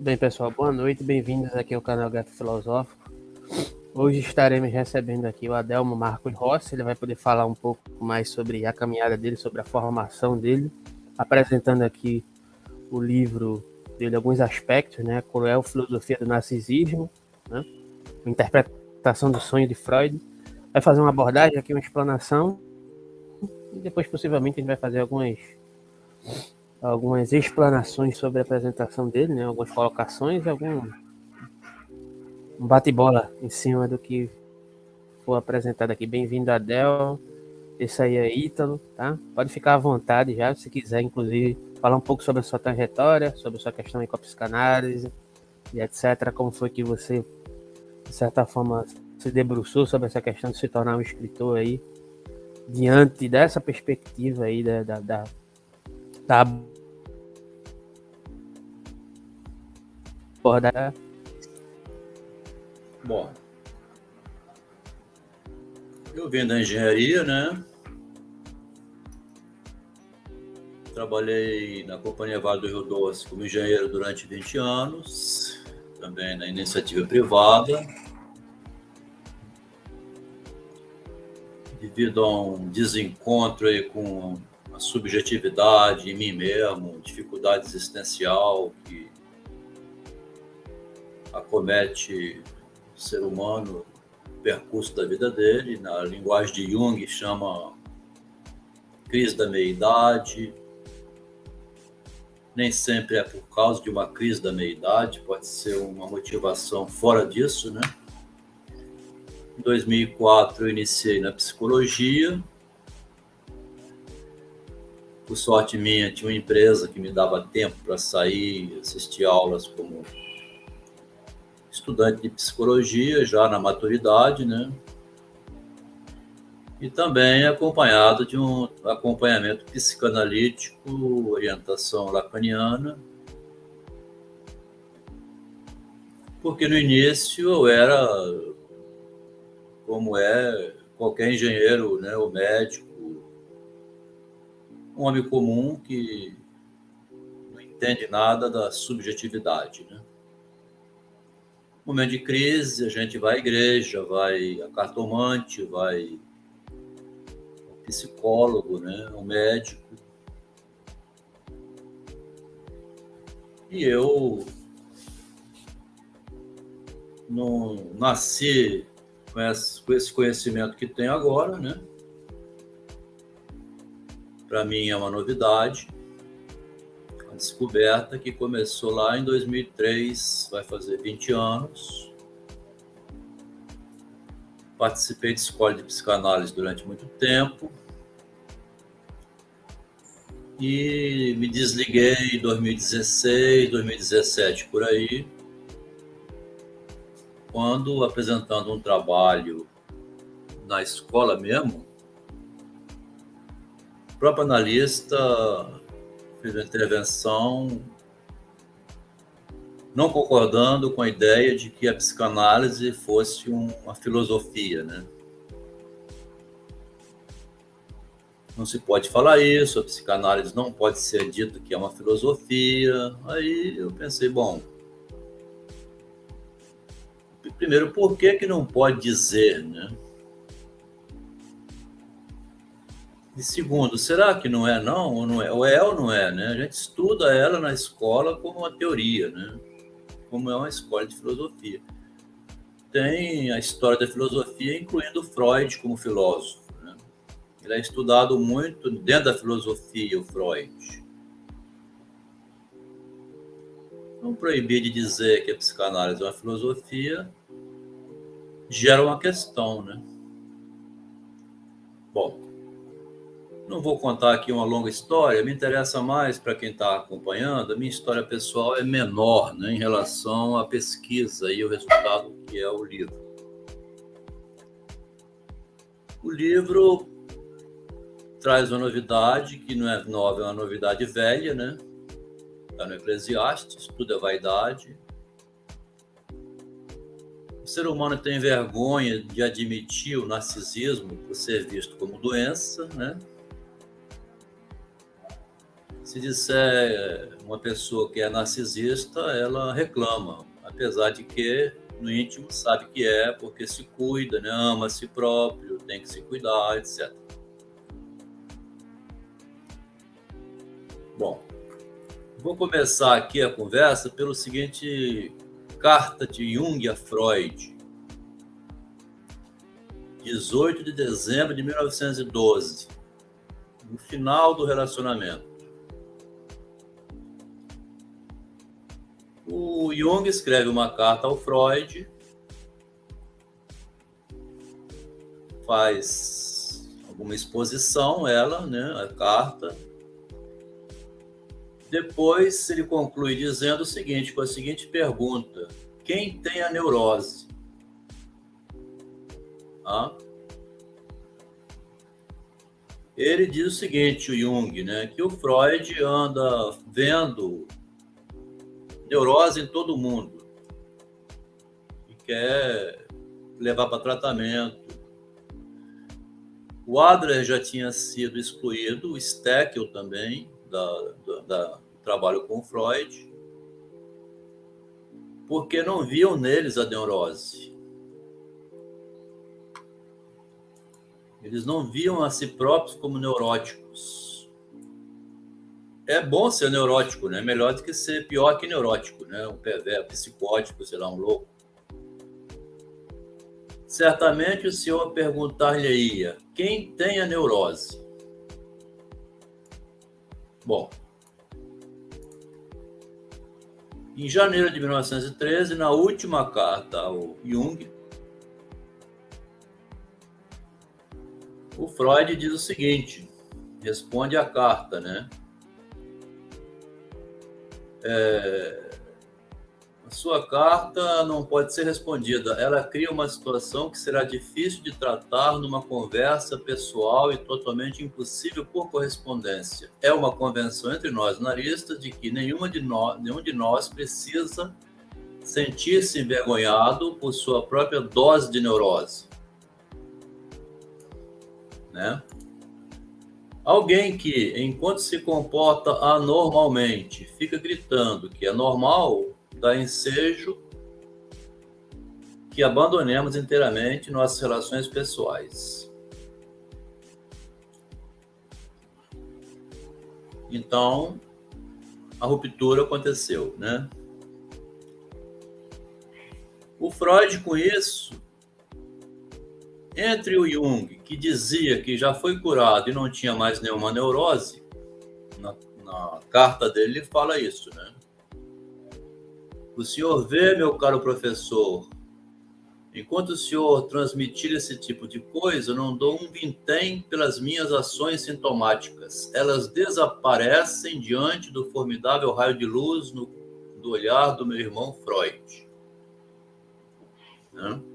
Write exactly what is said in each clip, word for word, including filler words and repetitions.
Bem, pessoal, boa noite, bem-vindos aqui ao canal Gato Filosófico. Hoje estaremos recebendo aqui o Adelmo Marcos Rossi. Ele vai poder falar um pouco mais sobre a caminhada dele, sobre a formação dele, apresentando aqui o livro dele, alguns aspectos, né? Cruel Filosofia do Narcisismo, né? A interpretação do sonho de Freud. Vai fazer uma abordagem aqui, uma explanação, e depois possivelmente a gente vai fazer algumas algumas explanações sobre a apresentação dele, né? Algumas colocações, algum um bate-bola em cima do que for apresentado aqui. Bem-vindo, Adel. Esse aí é Ítalo, tá? Pode ficar à vontade já, se quiser, inclusive, falar um pouco sobre a sua trajetória, sobre a sua questão em psicanálise e etcétera. Como foi que você, de certa forma, se debruçou sobre essa questão de se tornar um escritor aí, diante dessa perspectiva aí da, da, da, da abordagem. Bom, eu vim da engenharia, né? Trabalhei na Companhia Vale do Rio Doce como engenheiro durante vinte anos, também na iniciativa privada. Devido a um desencontro aí com a subjetividade em mim mesmo, dificuldade existencial que acomete o ser humano no percurso da vida dele, na linguagem de Jung chama crise da meia-idade. Nem sempre é por causa de uma crise da meia-idade, pode ser uma motivação fora disso, né? Em dois mil e quatro eu iniciei na psicologia. Por sorte minha, tinha uma empresa que me dava tempo para sair, assistir aulas como estudante de psicologia, já na maturidade, né? E também acompanhado de um acompanhamento psicanalítico, orientação lacaniana, porque no início eu era, como é qualquer engenheiro, né, ou médico, um homem comum que não entende nada da subjetividade, né? No momento de crise, a gente vai à igreja, vai a cartomante, vai ao psicólogo, né, ao médico. E eu não nasci com esse conhecimento que tenho agora, né? Para mim é uma novidade, uma descoberta que começou lá em dois mil e três, vai fazer vinte anos. Participei de escola de psicanálise durante muito tempo e me desliguei em dois mil e dezesseis, dois mil e dezessete, por aí, quando, apresentando um trabalho na escola mesmo, o próprio analista fez uma intervenção não concordando com a ideia de que a psicanálise fosse uma filosofia, né? Não se pode falar isso, a psicanálise não pode ser dito que é uma filosofia. Aí eu pensei, bom, primeiro, por que que não pode dizer, né? E segundo, será que não é não ou não é? Ou é ou não é, né? A gente estuda ela na escola como uma teoria, né? Como é uma escola de filosofia. Tem a história da filosofia, incluindo Freud como filósofo, né? Ele é estudado muito dentro da filosofia, o Freud. Não proibir de dizer que a psicanálise é uma filosofia gera uma questão, né? Bom, não vou contar aqui uma longa história, me interessa mais para quem está acompanhando, a minha história pessoal é menor, né, em relação à pesquisa e o resultado que é o livro. O livro traz uma novidade, que não é nova, é uma novidade velha, né? Está no Eclesiastes, tudo é vaidade. O ser humano tem vergonha de admitir o narcisismo por ser visto como doença, né? Se disser uma pessoa que é narcisista, ela reclama, apesar de que no íntimo sabe que é, porque se cuida, né? Ama a si próprio, tem que se cuidar, etcétera. Bom, vou começar aqui a conversa pelo seguinte: carta de Jung a Freud, dezoito de dezembro de mil novecentos e doze, no final do relacionamento. O Jung escreve uma carta ao Freud, faz alguma exposição, ela, né, a carta. Depois ele conclui dizendo o seguinte, com a seguinte pergunta: quem tem a neurose? Ah? Ele diz o seguinte, o Jung, né, que o Freud anda vendo neurose em todo mundo e quer levar para tratamento. O Adler já tinha sido excluído, o Steckel também, da, da, da, do trabalho com o Freud, porque não viam neles a neurose. Eles não viam a si próprios como neuróticos. É bom ser neurótico, né? Melhor do que ser pior que neurótico, né? Um perverso, psicótico, sei lá, um louco. Certamente o senhor perguntar-lhe-ia: quem tem a neurose? Bom, em janeiro de mil novecentos e treze, na última carta ao Jung, o Freud diz o seguinte, responde à carta, né? É, a sua carta não pode ser respondida. Ela cria uma situação que será difícil de tratar numa conversa pessoal e totalmente impossível por correspondência. É uma convenção entre nós analistas de que nenhuma de nós, nenhum de nós precisa sentir-se envergonhado por sua própria dose de neurose. Né? Alguém que, enquanto se comporta anormalmente, fica gritando que é normal, dá ensejo que abandonemos inteiramente nossas relações pessoais. Então, a ruptura aconteceu, né? O Freud, com isso, entre o Jung, que dizia que já foi curado e não tinha mais nenhuma neurose, na, na carta dele ele fala isso, né? O senhor vê, meu caro professor, enquanto o senhor transmitir esse tipo de coisa, eu não dou um vintém pelas minhas ações sintomáticas. Elas desaparecem diante do formidável raio de luz no, do olhar do meu irmão Freud. Né?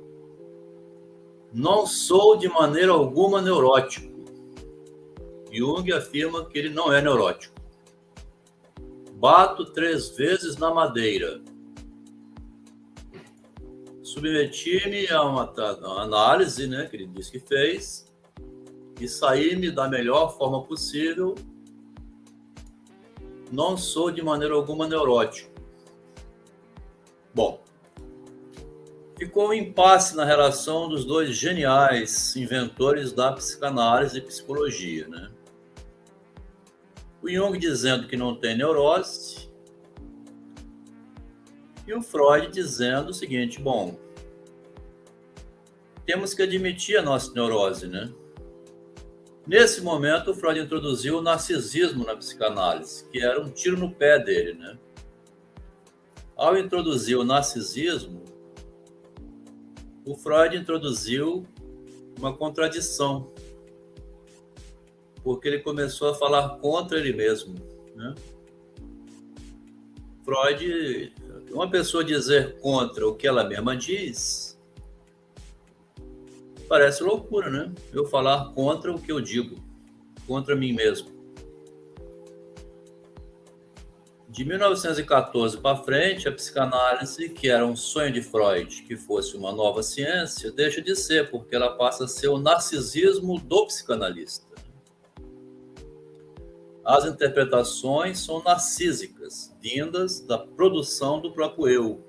Não sou de maneira alguma neurótico. Jung afirma que ele não é neurótico. Bato três vezes na madeira. Submeti-me a uma, uma análise, né, que ele disse que fez, e saí-me da melhor forma possível. Não sou de maneira alguma neurótico. Bom, ficou um impasse na relação dos dois geniais inventores da psicanálise e psicologia, né? O Jung dizendo que não tem neurose e o Freud dizendo o seguinte: bom, temos que admitir a nossa neurose, né? Nesse momento, o Freud introduziu o narcisismo na psicanálise, que era um tiro no pé dele, né? Ao introduzir o narcisismo, o Freud introduziu uma contradição, porque ele começou a falar contra ele mesmo, né? Freud, uma pessoa dizer contra o que ela mesma diz, parece loucura, né? Eu falar contra o que eu digo, contra mim mesmo. De mil novecentos e quatorze para frente, a psicanálise, que era um sonho de Freud, que fosse uma nova ciência, deixa de ser, porque ela passa a ser o narcisismo do psicanalista. as interpretações são narcísicas, vindas da produção do próprio eu.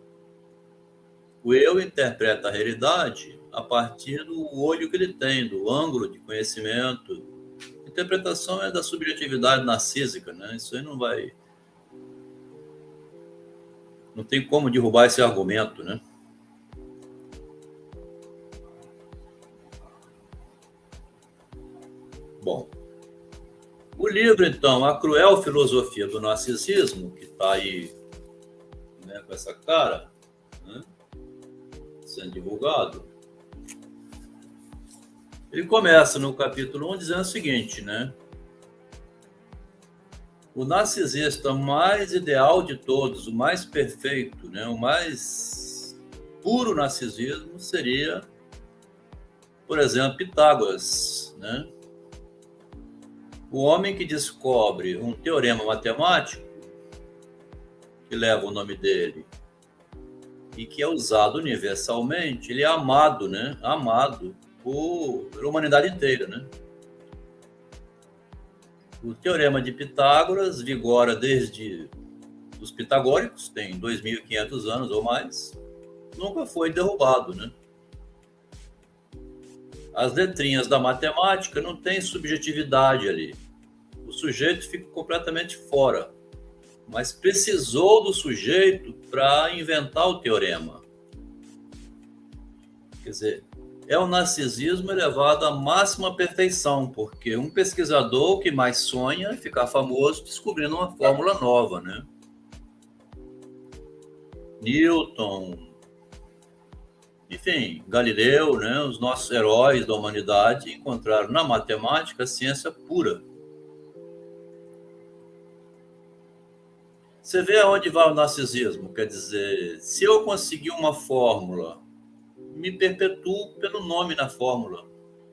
O eu interpreta a realidade a partir do olho que ele tem, do ângulo de conhecimento. A interpretação é da subjetividade narcísica, né? Isso aí não vai... Não tem como derrubar esse argumento, né? Bom, o livro, então, A Cruel Filosofia do Narcisismo, que está aí, né, com essa cara, né, sendo divulgado, ele começa no capítulo um dizendo o seguinte, né? O narcisista mais ideal de todos, o mais perfeito, né, o mais puro narcisismo seria, por exemplo, Pitágoras, né? O homem que descobre um teorema matemático, que leva o nome dele, e que é usado universalmente, ele é amado, né? Amado por, pela humanidade inteira, né? O teorema de Pitágoras vigora desde os pitagóricos, tem dois mil e quinhentos anos ou mais, nunca foi derrubado, né? As letrinhas da matemática não têm subjetividade ali. O sujeito fica completamente fora, mas precisou do sujeito para inventar o teorema. Quer dizer, é o narcisismo elevado à máxima perfeição, porque um pesquisador que mais sonha é ficar famoso descobrindo uma fórmula nova, né? Newton, enfim, Galileu, né? Os nossos heróis da humanidade encontraram na matemática a ciência pura. Você vê aonde vai o narcisismo, quer dizer, se eu conseguir uma fórmula, me perpetuo pelo nome na fórmula.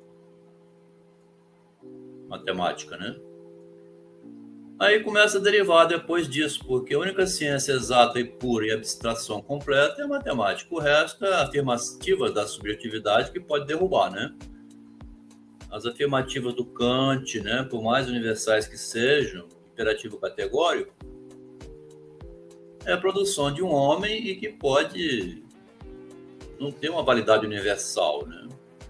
Matemática, né? Aí começa a derivar depois disso, porque a única ciência exata e pura e abstração completa é a matemática. O resto é afirmativa da subjetividade que pode derrubar, né? As afirmativas do Kant, né, por mais universais que sejam, imperativo categórico, é a produção de um homem e que pode não ter uma validade universal, né?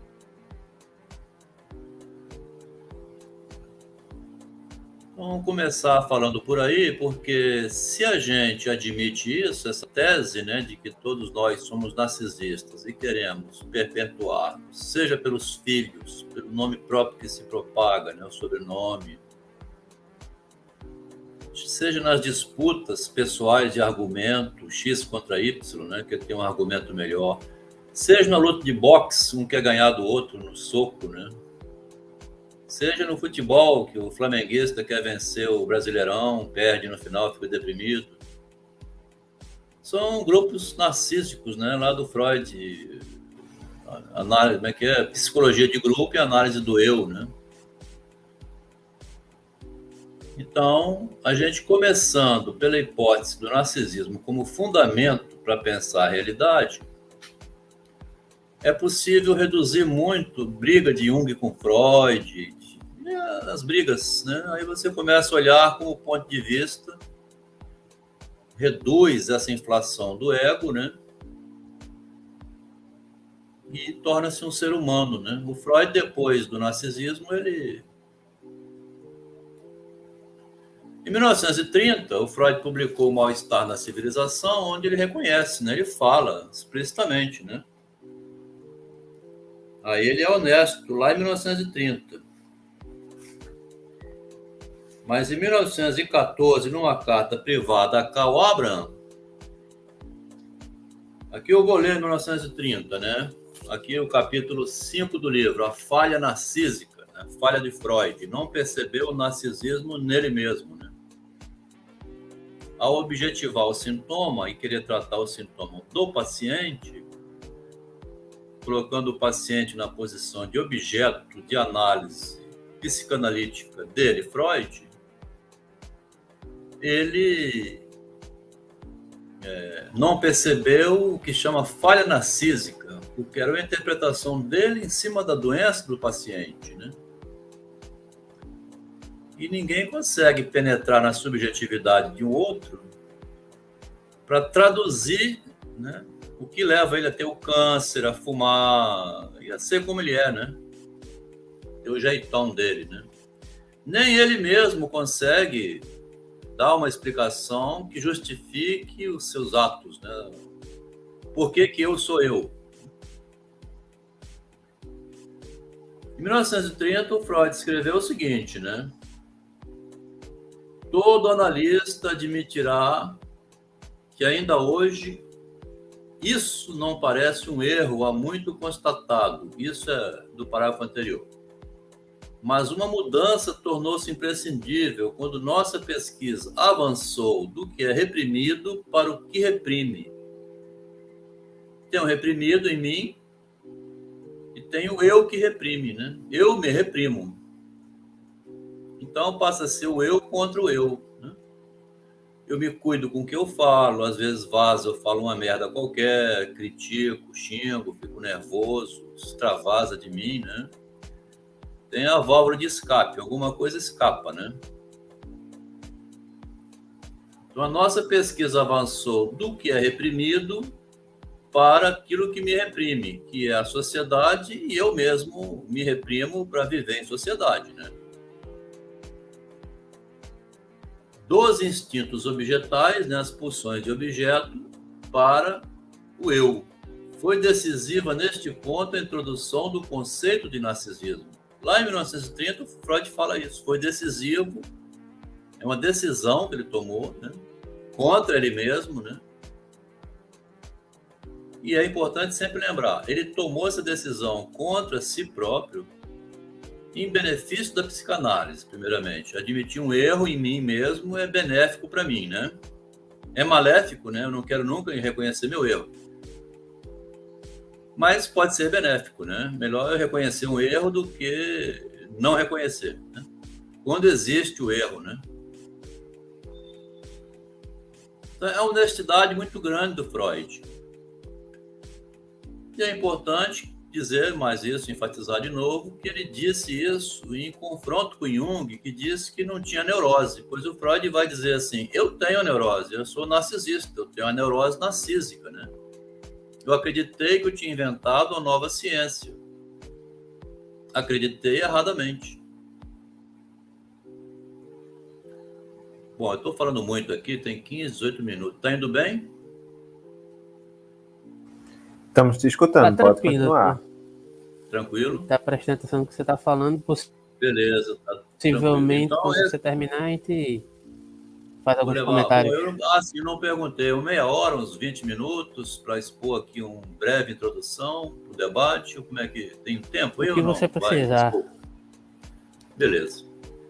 Então, vamos começar falando por aí, porque se a gente admite isso, essa tese, né, de que todos nós somos narcisistas e queremos perpetuar-nos, seja pelos filhos, pelo nome próprio que se propaga, né, o sobrenome, seja nas disputas pessoais de argumento, X contra Y, né, que tem um argumento melhor, seja na luta de boxe, um quer ganhar do outro no soco, né? Seja no futebol, que o flamenguista quer vencer o Brasileirão, perde no final, fica deprimido. São grupos narcísicos, né? Lá do Freud, análise, como é que é? Psicologia de grupo e análise do eu, né? Então, a gente começando pela hipótese do narcisismo como fundamento para pensar a realidade, é possível reduzir muito briga de Jung com Freud, as brigas, né? Aí você começa a olhar como ponto de vista, reduz essa inflação do ego, né? E torna-se um ser humano, né? O Freud, depois do narcisismo, ele... Em mil novecentos e trinta, o Freud publicou O Mal-Estar na Civilização, onde ele reconhece, né? Ele fala explicitamente, né? Aí ele é honesto, lá em mil novecentos e trinta. Mas em mil novecentos e quatorze, numa carta privada a Karl Abraham, aqui eu vou ler em mil novecentos e trinta, né? Aqui o capítulo cinco do livro, A Falha Narcísica, né? Falha de Freud, não percebeu o narcisismo nele mesmo, né? Ao objetivar o sintoma e querer tratar o sintoma do paciente, colocando o paciente na posição de objeto de análise psicanalítica dele, Freud, ele é, não percebeu o que chama falha narcísica, porque era uma interpretação dele em cima da doença do paciente, né? E ninguém consegue penetrar na subjetividade de um outro para traduzir, né, o que leva ele a ter o câncer, a fumar, e a ser como ele é, né? Ter o jeitão dele, né? Nem ele mesmo consegue dar uma explicação que justifique os seus atos, né? Por que que eu sou eu? Em mil novecentos e trinta, o Freud escreveu o seguinte, né? Todo analista admitirá que ainda hoje isso não parece um erro há muito constatado. Isso é do parágrafo anterior. Mas uma mudança tornou-se imprescindível quando nossa pesquisa avançou do que é reprimido para o que reprime. Tem um reprimido em mim e tem o eu que reprime, né? Eu me reprimo. Então passa a ser o eu contra o eu, né? Eu me cuido com o que eu falo, às vezes vazo, eu falo uma merda qualquer, critico, xingo, fico nervoso, extravasa de mim, né? Tem a válvula de escape, alguma coisa escapa, né? Então a nossa pesquisa avançou do que é reprimido para aquilo que me reprime, que é a sociedade, e eu mesmo me reprimo para viver em sociedade, né? Dos instintos objetais, né, as pulsões de objeto, para o eu. Foi decisiva neste ponto a introdução do conceito de narcisismo. Lá em mil novecentos e trinta, Freud fala isso. Foi decisivo, é uma decisão que ele tomou, né, contra ele mesmo, né? E é importante sempre lembrar, ele tomou essa decisão contra si próprio em benefício da psicanálise, primeiramente. Admitir um erro em mim mesmo é benéfico para mim, né? É maléfico, né? Eu não quero nunca reconhecer meu erro. Mas pode ser benéfico, né? Melhor eu reconhecer um erro do que não reconhecer, né? Quando existe o erro, né? Então, é uma honestidade muito grande do Freud. E é importante dizer mais isso, enfatizar de novo, que ele disse isso em confronto com Jung, que disse que não tinha neurose, pois o Freud vai dizer assim, eu tenho neurose, eu sou narcisista, eu tenho a neurose narcísica, né? Eu acreditei que eu tinha inventado uma nova ciência. Acreditei erradamente. Bom, eu estou falando muito aqui, tem quinze, dezoito minutos. Está indo bem? Estamos te escutando, tá pode continuar. Tá. Tranquilo? Tá prestando atenção no que você tá falando. Beleza. Tá possivelmente, então, quando é... você terminar, a gente faz alguns levar... comentários. Bom, eu assim, não perguntei, uma meia hora, uns vinte minutos, para expor aqui uma breve introdução para o debate. Como é que tem tempo? O que você precisar. Vai, beleza.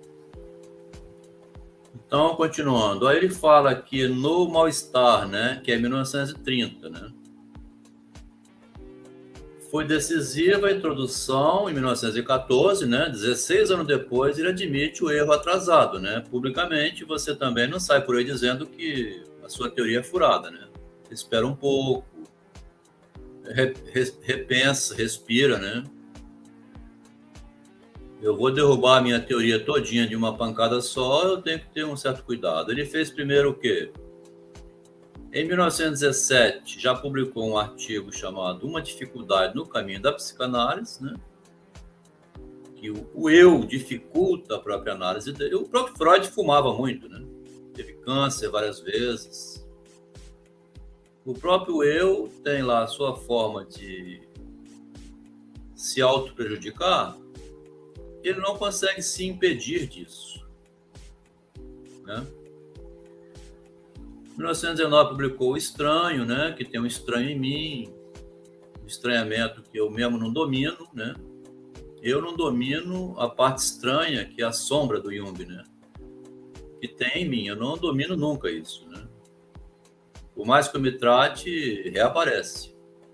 Então, continuando. Aí ele fala aqui no Mal-Estar, né, que é mil novecentos e trinta, né? Foi decisiva a introdução em mil novecentos e quatorze, né? dezesseis anos depois, ele admite o erro atrasado, né? Publicamente, você também não sai por aí dizendo que a sua teoria é furada, né? Você espera um pouco, repensa, respira, né? Eu vou derrubar a minha teoria todinha de uma pancada só, eu tenho que ter um certo cuidado. Ele fez primeiro o quê? Em mil novecentos e dezessete, já publicou um artigo chamado Uma Dificuldade no Caminho da Psicanálise, né? Que o, o eu dificulta a própria análise dele. O próprio Freud fumava muito, né? Teve câncer várias vezes. O próprio eu tem lá a sua forma de se auto-prejudicar, ele não consegue se impedir disso, né? Em mil novecentos e dezenove publicou O Estranho, né, que tem um estranho em mim, um estranhamento que eu mesmo não domino, né? Eu não domino a parte estranha, que é a sombra do Jung, né? Que tem em mim, eu não domino nunca isso, né? Por mais que eu me trate, reaparece.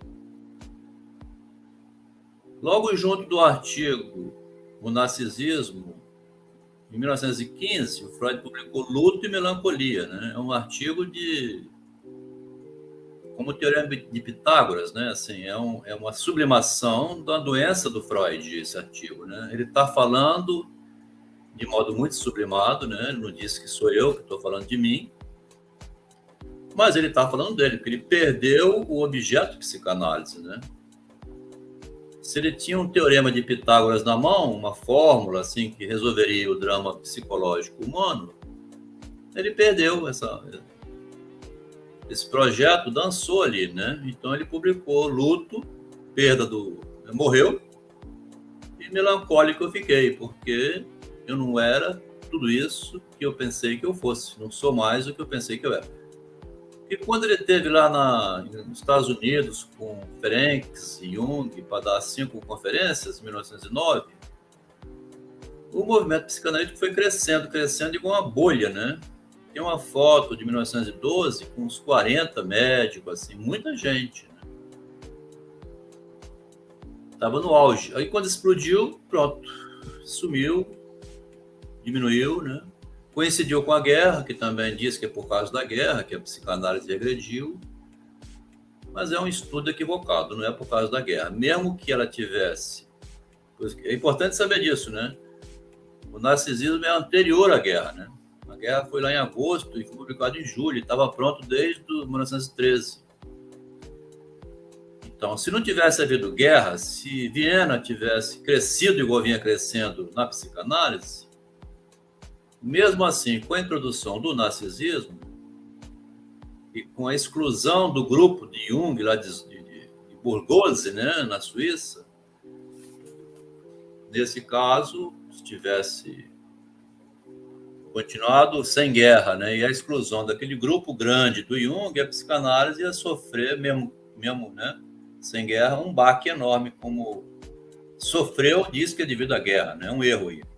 Logo junto do artigo O Narcisismo, em mil novecentos e quinze, o Freud publicou Luto e Melancolia, né? É um artigo de... como teorema de Pitágoras, né? Assim, é, um, é uma sublimação da doença do Freud, esse artigo, né? Ele está falando de modo muito sublimado, né? Ele não disse que sou eu que estou falando de mim, mas ele está falando dele, porque ele perdeu o objeto psicanálise, né? Se ele tinha um teorema de Pitágoras na mão, uma fórmula assim que resolveria o drama psicológico humano, ele perdeu essa, esse projeto, dançou ali, né? Então ele publicou Luto, perda do... morreu, e melancólico eu fiquei, porque eu não era tudo isso que eu pensei que eu fosse, não sou mais o que eu pensei que eu era. E quando ele esteve lá na, nos Estados Unidos com Ferenc e Jung para dar cinco conferências, em mil novecentos e nove, o movimento psicanalítico foi crescendo, crescendo igual uma bolha, né? Tem uma foto de mil novecentos e doze com uns quarenta médicos, assim, muita gente, né? Estava no auge. Aí quando explodiu, pronto, sumiu, diminuiu, né? Coincidiu com a guerra, que também diz que é por causa da guerra que a psicanálise regrediu, mas é um estudo equivocado, não é por causa da guerra. Mesmo que ela tivesse... É importante saber disso, né? O narcisismo é anterior à guerra, né? A guerra foi lá em agosto e foi publicado em julho, estava pronto desde mil novecentos e treze. Então, se não tivesse havido guerra, se Viena tivesse crescido igual vinha crescendo na psicanálise, mesmo assim, com a introdução do narcisismo e com a exclusão do grupo de Jung, lá de, de, de Burgose, né, na Suíça, nesse caso, se tivesse continuado sem guerra, né, e a exclusão daquele grupo grande do Jung, a psicanálise ia sofrer, mesmo, mesmo né, sem guerra, um baque enorme, como sofreu, diz que é devido à guerra, né, um erro aí.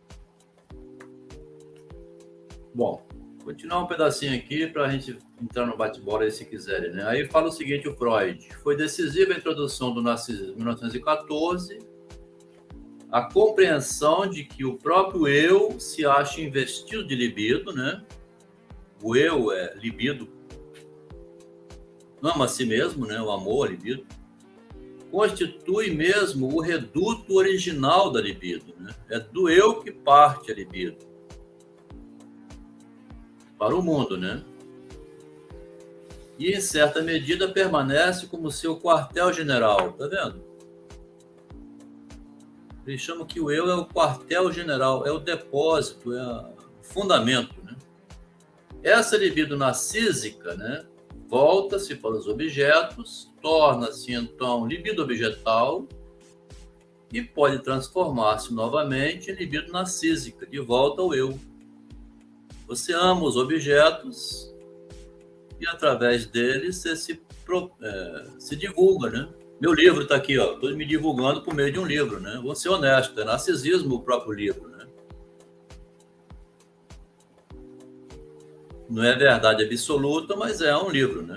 Bom, continuar um pedacinho aqui para a gente entrar no bate-bola aí, se quiserem, né? Aí fala o seguinte, o Freud. Foi decisiva a introdução do narcisismo em mil novecentos e quatorze, a compreensão de que o próprio eu se acha investido de libido, né? O eu é libido, ama a si mesmo, né? O amor, a libido, constitui mesmo o reduto original da libido, né? É do eu que parte a libido para o mundo, né? E, em certa medida, permanece como seu quartel-general, tá vendo? Eles chamam que o eu é o quartel-general, é o depósito, é o fundamento, né? Essa libido narcísica, né, volta-se para os objetos, torna-se, então, libido objetal e pode transformar-se novamente em libido narcísica, de volta ao eu. Você ama os objetos e, através deles, você se, é, se divulga, né? Meu livro está aqui, ó. Estou me divulgando por meio de um livro, né? Vou ser honesto, é narcisismo o próprio livro, né? Não é verdade absoluta, mas é um livro, né?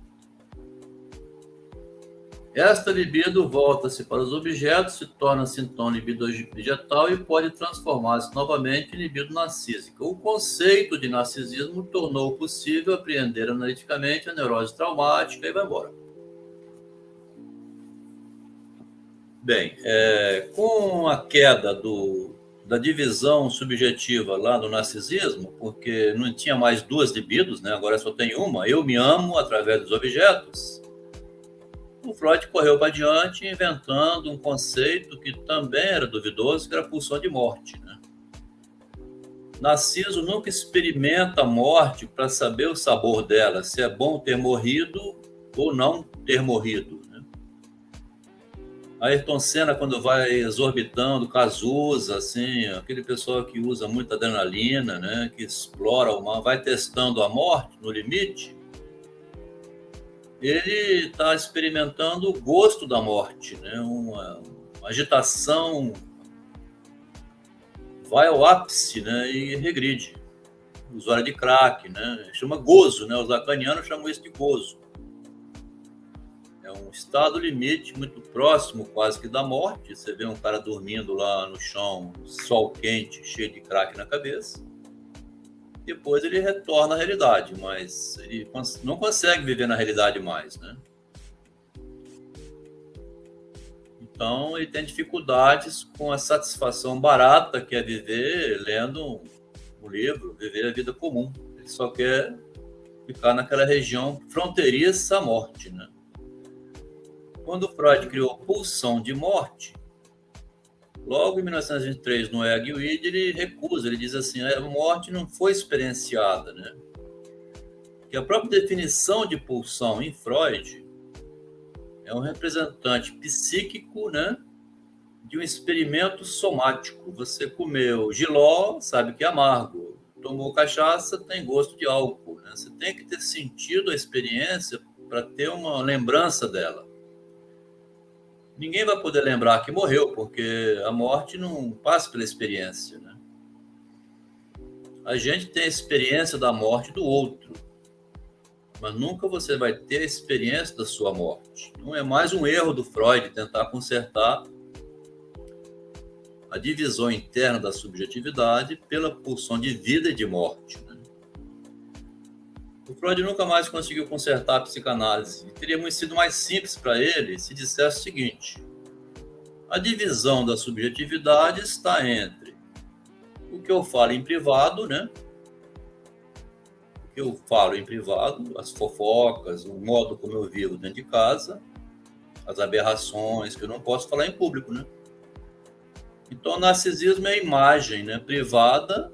Esta libido volta-se para os objetos, se torna-se então libido objetal e pode transformar-se novamente em libido narcísica. O conceito de narcisismo tornou possível apreender analiticamente a neurose traumática e vai embora. Bem, é, com a queda do, da divisão subjetiva lá do narcisismo, porque não tinha mais duas libidos, né? Agora só tem uma, eu me amo através dos objetos, o Freud correu para diante inventando um conceito que também era duvidoso, que era a pulsão de morte, né? Narciso nunca experimenta a morte para saber o sabor dela, se é bom ter morrido ou não ter morrido, né? Ayrton Senna, quando vai exorbitando, Cazuza, assim, aquele pessoal que usa muita adrenalina, né, que explora o mal, vai testando a morte no limite, ele está experimentando o gosto da morte, né? Uma, uma agitação, vai ao ápice, né? E regride. Usuário de crack, né? Chama gozo, né? Os lacanianos chamam isso de gozo. É um estado limite muito próximo quase que da morte. Você vê um cara dormindo lá no chão, sol quente, cheio de crack na cabeça. Depois ele retorna à realidade, mas ele não consegue viver na realidade mais, né? Então, ele tem dificuldades com a satisfação barata que é viver lendo um, um livro, viver a vida comum. Ele só quer ficar naquela região fronteiriça à morte, né? Quando Freud criou a pulsão de morte, logo em mil novecentos e vinte e três, no Ego e o Id, ele recusa, ele diz assim, a morte não foi experienciada, né? Que a própria definição de pulsão em Freud é um representante psíquico, né, de um experimento somático. Você comeu jiló, sabe que é amargo. Tomou cachaça, tem gosto de álcool, né? Você tem que ter sentido a experiência para ter uma lembrança dela. Ninguém vai poder lembrar que morreu, porque a morte não passa pela experiência, né? A gente tem a experiência da morte do outro, mas nunca você vai ter a experiência da sua morte. Então é mais um erro do Freud tentar consertar a divisão interna da subjetividade pela pulsão de vida e de morte, né? O Freud nunca mais conseguiu consertar a psicanálise. Teria sido mais simples para ele se dissesse o seguinte: a divisão da subjetividade está entre o que eu falo em privado, né? O que eu falo em privado, as fofocas, o modo como eu vivo dentro de casa, as aberrações que eu não posso falar em público, né? Então, o narcisismo é a imagem, né, privada,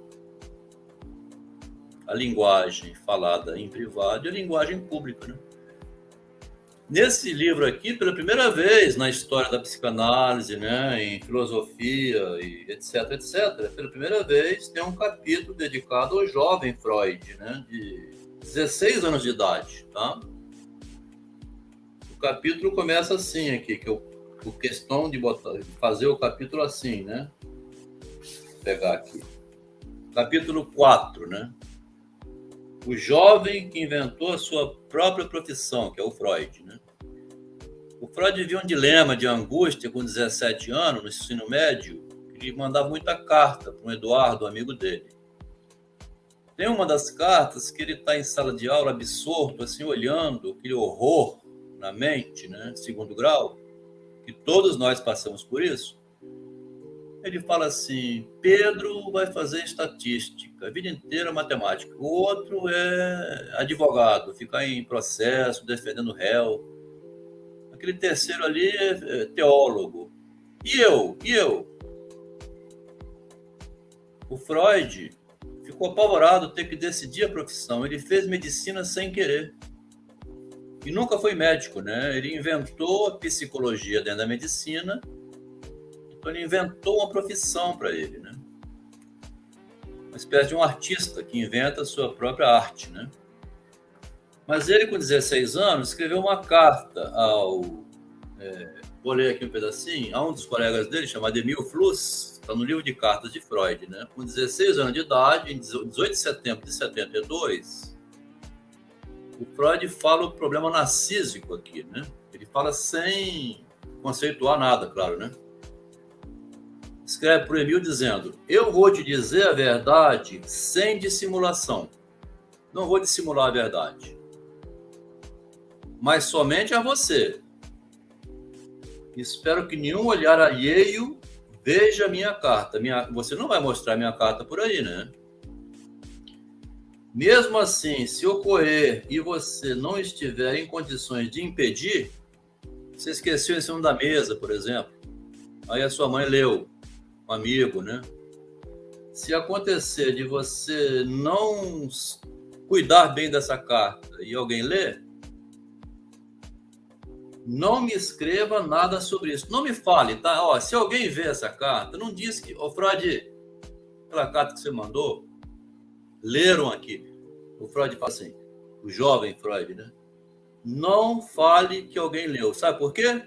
a linguagem falada em privado e a linguagem pública, né? Nesse livro aqui, pela primeira vez na história da psicanálise, né, em filosofia e etc, etc, pela primeira vez tem um capítulo dedicado ao jovem Freud, né, de dezesseis anos de idade, tá? O capítulo começa assim aqui, que eu por questão de, botar, de fazer o capítulo assim, né? Vou pegar aqui. Capítulo quatro, né? O jovem que inventou a sua própria profissão, que é o Freud, né? O Freud viu um dilema de angústia com dezessete anos, no ensino médio, que ele mandava muita carta para um Eduardo, amigo dele. Tem uma das cartas que ele está em sala de aula absorto, assim, olhando aquele horror na mente, né? Segundo grau, que todos nós passamos por isso. Ele fala assim: Pedro vai fazer estatística, a vida inteira matemática. O outro é advogado, ficar em processo, defendendo réu. Aquele terceiro ali é teólogo. E eu? E eu? O Freud ficou apavorado ter que decidir a profissão. Ele fez medicina sem querer. E nunca foi médico, né? Ele inventou a psicologia dentro da medicina. Então ele inventou uma profissão para ele, né? Uma espécie de um artista que inventa a sua própria arte, né? Mas ele, com dezesseis anos, escreveu uma carta ao... É, vou ler aqui um pedacinho. A um dos colegas dele, chamado Emil Fluss, está no livro de cartas de Freud, né? Com dezesseis anos de idade, em dezoito de setembro de setenta e dois... o Freud fala o problema narcísico aqui, né? Ele fala sem conceituar nada, claro, né? Escreve para o Emil dizendo: eu vou te dizer a verdade sem dissimulação. Não vou dissimular a verdade. Mas somente a você. Espero que nenhum olhar alheio veja a minha carta. Minha... Você não vai mostrar minha carta por aí, né? Mesmo assim, se ocorrer e você não estiver em condições de impedir, você esqueceu em cima da mesa, por exemplo, aí a sua mãe leu, um amigo, né? Se acontecer de você não cuidar bem dessa carta e alguém ler, não me escreva nada sobre isso. Não me fale, tá? Ó, se alguém vê essa carta, não diz que... Ô, Freud, aquela carta que você mandou, leram aqui. O Freud fala assim, o jovem Freud, né? Não fale que alguém leu. Sabe por quê?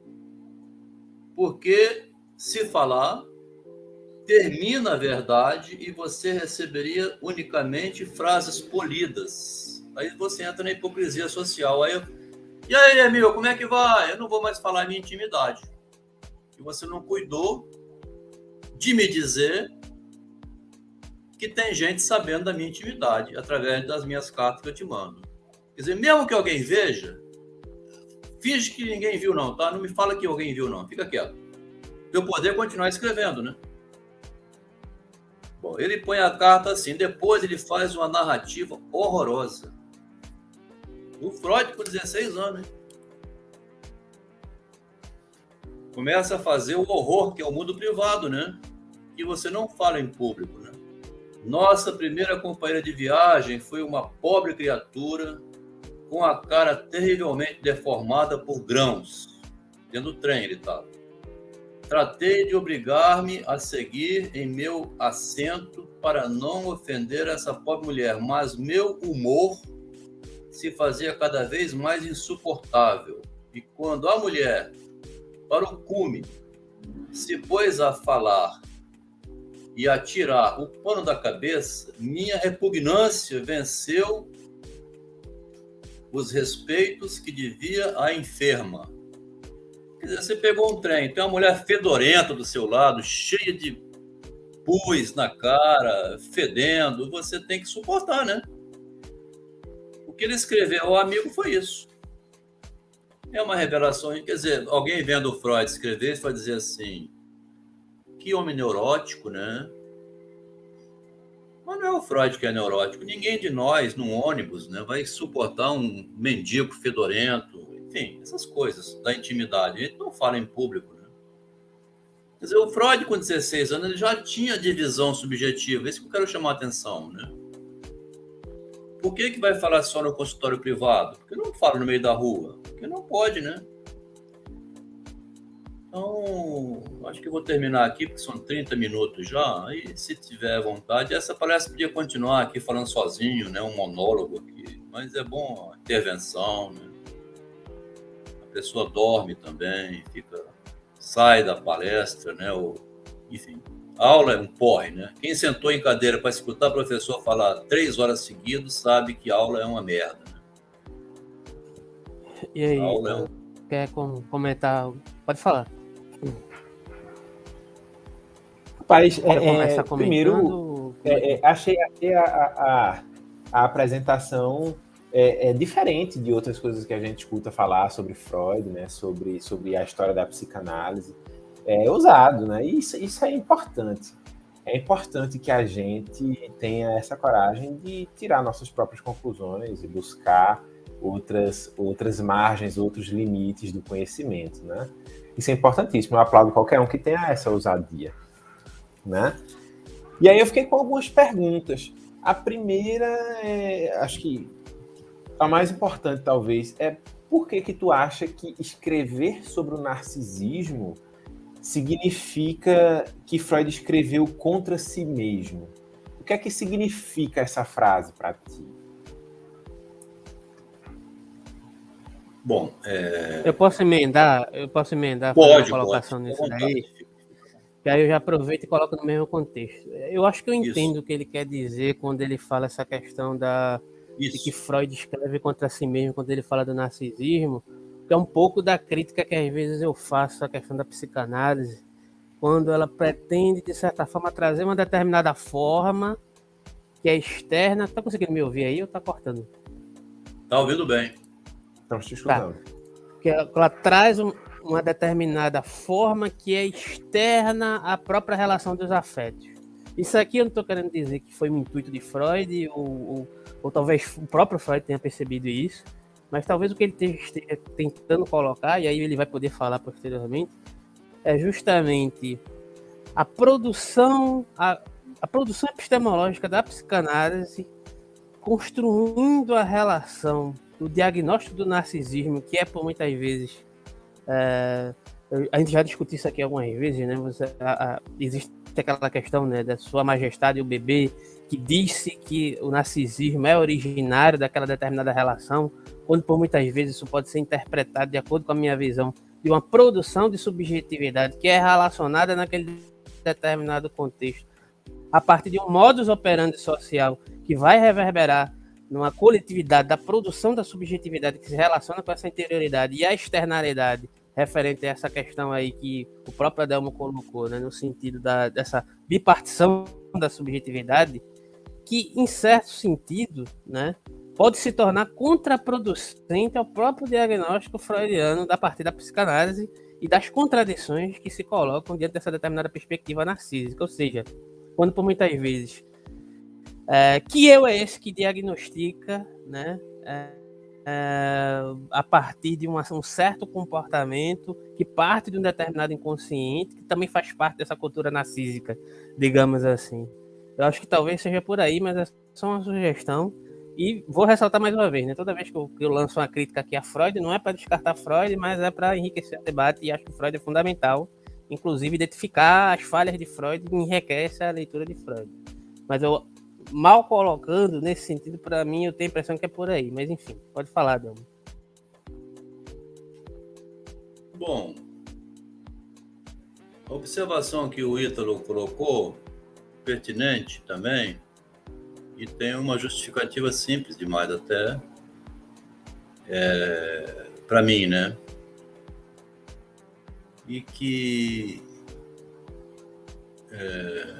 Porque se falar, termina a verdade e você receberia unicamente frases polidas. Aí você entra na hipocrisia social. Aí eu... E aí, amigo, como é que vai? Eu não vou mais falar minha intimidade. E você não cuidou de me dizer que tem gente sabendo da minha intimidade através das minhas cartas que eu te mando. Quer dizer, mesmo que alguém veja, finge que ninguém viu não, tá? Não me fala que alguém viu não, fica quieto. Pra eu poder continuar escrevendo, né? Bom, ele põe a carta assim, depois ele faz uma narrativa horrorosa. O Freud com dezesseis anos, hein? Começa a fazer o horror que é o mundo privado, né? Que você não fala em público, né? Nossa primeira companheira de viagem foi uma pobre criatura com a cara terrivelmente deformada por grãos. Dentro do trem ele estava. Tratei de obrigar-me a seguir em meu assento para não ofender essa pobre mulher, mas meu humor se fazia cada vez mais insuportável. E quando a mulher, para o cume, se pôs a falar e a tirar o pano da cabeça, minha repugnância venceu os respeitos que devia à enferma. Quer dizer, você pegou um trem, tem uma mulher fedorenta do seu lado, cheia de pus na cara, fedendo, você tem que suportar, né? O que ele escreveu ao amigo foi isso. É uma revelação, quer dizer, alguém vendo o Freud escrever, vai dizer assim, que homem neurótico, né? Mas não é o Freud que é neurótico. Ninguém de nós, num ônibus, né, vai suportar um mendigo fedorento, enfim, essas coisas da intimidade. A gente não fala em público, né? Quer dizer, o Freud, com dezesseis anos, ele já tinha divisão subjetiva. Isso que eu quero chamar a atenção, né? Por que que vai falar só no consultório privado? Porque não fala no meio da rua. Porque não pode, né? Então, acho que eu vou terminar aqui, porque são trinta minutos já. Aí, se tiver vontade, essa palestra podia continuar aqui falando sozinho, né? Um monólogo aqui. Mas é bom a intervenção, né? A pessoa dorme também, fica, sai da palestra, né? Ou, enfim, a aula é um porre, né? Quem sentou em cadeira para escutar o professor falar três horas seguidas sabe que a aula é uma merda, né? E aí, a aula é um... quer comentar? Pode falar. Rapaz, é, é, primeiro, é, é, achei, achei a, a, a apresentação é, é diferente de outras coisas que a gente escuta falar sobre Freud, né, sobre, sobre a história da psicanálise. É ousado, né? Isso, isso é importante. É importante que a gente tenha essa coragem de tirar nossas próprias conclusões e buscar outras, outras margens, outros limites do conhecimento, né? Isso é importantíssimo. Eu aplaudo qualquer um que tenha essa ousadia, né? E aí eu fiquei com algumas perguntas. A primeira, é, acho que a mais importante talvez, é por que que tu acha que escrever sobre o narcisismo significa que Freud escreveu contra si mesmo? O que é que significa essa frase para ti? Bom, é... eu posso emendar, eu posso emendar pode, uma colocação pode, nisso daí, que aí eu já aproveito e coloco no mesmo contexto. Eu acho que eu entendo o que ele quer dizer quando ele fala essa questão da Isso. de que Freud escreve contra si mesmo, quando ele fala do narcisismo, que é um pouco da crítica que às vezes eu faço à questão da psicanálise, quando ela pretende, de certa forma, trazer uma determinada forma que é externa. Tá conseguindo me ouvir aí ou tá cortando? Tá ouvindo bem. Estamos te escutando. Tá. Que ela, ela traz um, uma determinada forma que é externa à própria relação dos afetos. Isso aqui eu não estou querendo dizer que foi um intuito de Freud, ou, ou, ou talvez o próprio Freud tenha percebido isso, mas talvez o que ele esteja tentando colocar, e aí ele vai poder falar posteriormente, é justamente a produção, a, a produção epistemológica da psicanálise, construindo a relação do diagnóstico do narcisismo, que é por muitas vezes, é, a gente já discutiu isso aqui algumas vezes, né? Você, a, a, existe aquela questão, né, da Sua Majestade o bebê, que disse que o narcisismo é originário daquela determinada relação, quando por muitas vezes isso pode ser interpretado, de acordo com a minha visão, de uma produção de subjetividade que é relacionada naquele determinado contexto, a partir de um modus operandi social que vai reverberar numa coletividade da produção da subjetividade que se relaciona com essa interioridade e a externalidade referente a essa questão aí que o próprio Adelmo colocou, né, no sentido da, dessa bipartição da subjetividade, que em certo sentido, né, pode se tornar contraproducente ao próprio diagnóstico freudiano da partir da psicanálise e das contradições que se colocam diante dessa determinada perspectiva narcísica. Ou seja, quando por muitas vezes é, que eu é esse que diagnostica, né, é, é, a partir de uma, um certo comportamento que parte de um determinado inconsciente, que também faz parte dessa cultura narcísica, digamos assim. Eu acho que talvez seja por aí, mas é só uma sugestão. E vou ressaltar mais uma vez, né? Toda vez que eu, que eu lanço uma crítica aqui a Freud, não é para descartar Freud, mas é para enriquecer o debate, e acho que Freud é fundamental. Inclusive, identificar as falhas de Freud enriquece a leitura de Freud. Mas eu, mal colocando nesse sentido, para mim, eu tenho a impressão que é por aí. Mas, enfim, pode falar, Delmo. Bom, a observação que o Ítalo colocou, pertinente também, e tem uma justificativa simples demais até, é, para mim, né? E que é,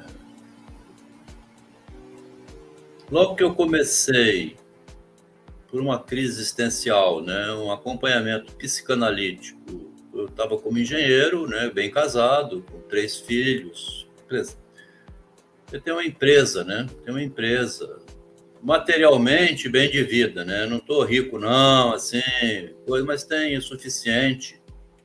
logo que eu comecei por uma crise existencial, né, um acompanhamento psicanalítico, eu estava como engenheiro, né, bem casado, com três filhos. Eu tenho uma empresa, né? Tenho uma empresa materialmente bem de vida, né? Não estou rico, não, assim, coisa, mas tenho o suficiente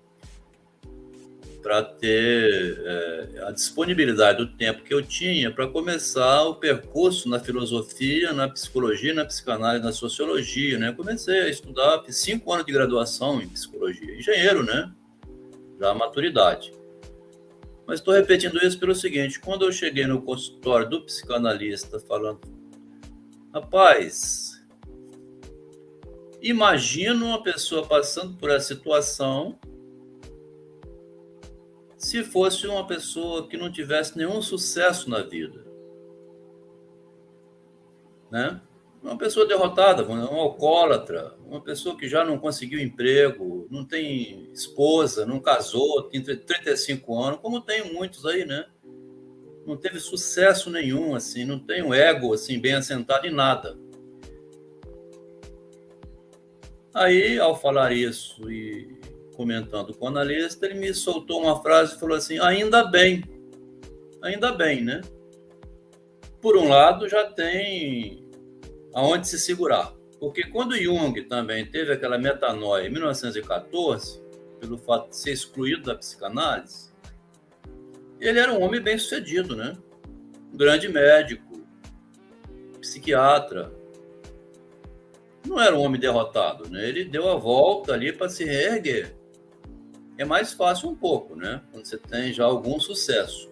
para ter é, a disponibilidade do tempo que eu tinha para começar o percurso na filosofia, na psicologia, na psicanálise, na sociologia, né? Comecei a estudar, fiz cinco anos de graduação em psicologia, engenheiro, né? Já a maturidade. Mas estou repetindo isso pelo seguinte, quando eu cheguei no consultório do psicanalista falando, rapaz, imagino uma pessoa passando por essa situação se fosse uma pessoa que não tivesse nenhum sucesso na vida, né? Uma pessoa derrotada, um alcoólatra, uma pessoa que já não conseguiu emprego, não tem esposa, não casou, tem trinta e cinco anos, como tem muitos aí, né? Não teve sucesso nenhum, assim, não tem um ego assim, bem assentado em nada. Aí, ao falar isso e comentando com o analista, ele me soltou uma frase e falou assim, ainda bem, ainda bem, né? Por um lado, já tem aonde se segurar. Porque quando Jung também teve aquela metanoia em mil novecentos e quatorze, pelo fato de ser excluído da psicanálise, ele era um homem bem-sucedido, né? Um grande médico, psiquiatra. Não era um homem derrotado, né? Ele deu a volta ali para se reerguer. É mais fácil um pouco, né? Quando você tem já algum sucesso.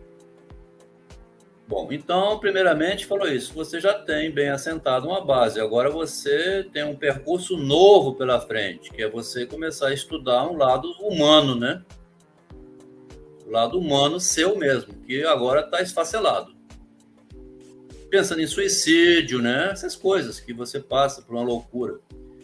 Bom, então, primeiramente, falou isso. Você já tem bem assentado uma base. Agora você tem um percurso novo pela frente, que é você começar a estudar um lado humano, né? O lado humano seu mesmo, que agora está esfacelado. Pensando em suicídio, né? Essas coisas que você passa por uma loucura.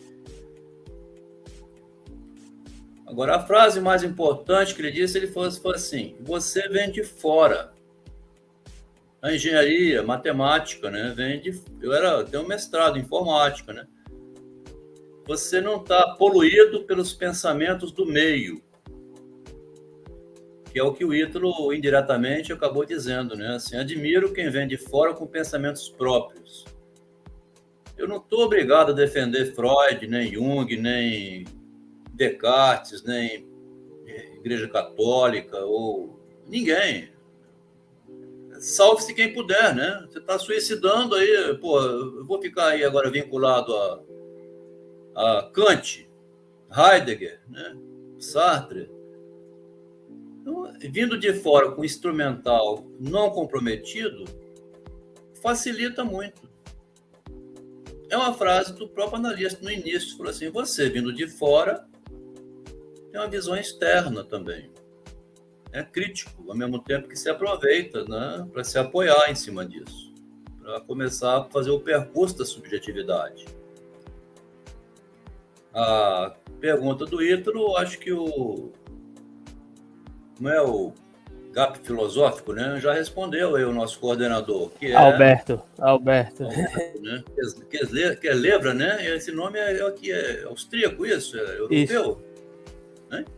Agora, a frase mais importante que ele disse, ele foi, foi assim, você vem de fora. A engenharia, matemática, né? Vem de, eu era, tenho um mestrado em informática, né? Você não está poluído pelos pensamentos do meio, que é o que o Ítalo indiretamente acabou dizendo, né? Assim, admiro quem vem de fora com pensamentos próprios. Eu não estou obrigado a defender Freud, nem Jung, nem Descartes, nem Igreja Católica, ou ninguém. Salve-se quem puder, né? Você está suicidando aí, pô, eu vou ficar aí agora vinculado a, a Kant, Heidegger, né? Sartre. Então, vindo de fora com instrumental não comprometido, facilita muito. É uma frase do próprio analista no início, falou assim, você vindo de fora tem uma visão externa também. É crítico, ao mesmo tempo que se aproveita, né, para se apoiar em cima disso, para começar a fazer o percurso da subjetividade. A pergunta do Ítalo, acho que o, não é o Gap filosófico, né? Já respondeu aí o nosso coordenador, que é... Alberto, Alberto. Alberto, né? Que lembra, né? Esse nome é, é, é austríaco, isso? É europeu? Isso. Né?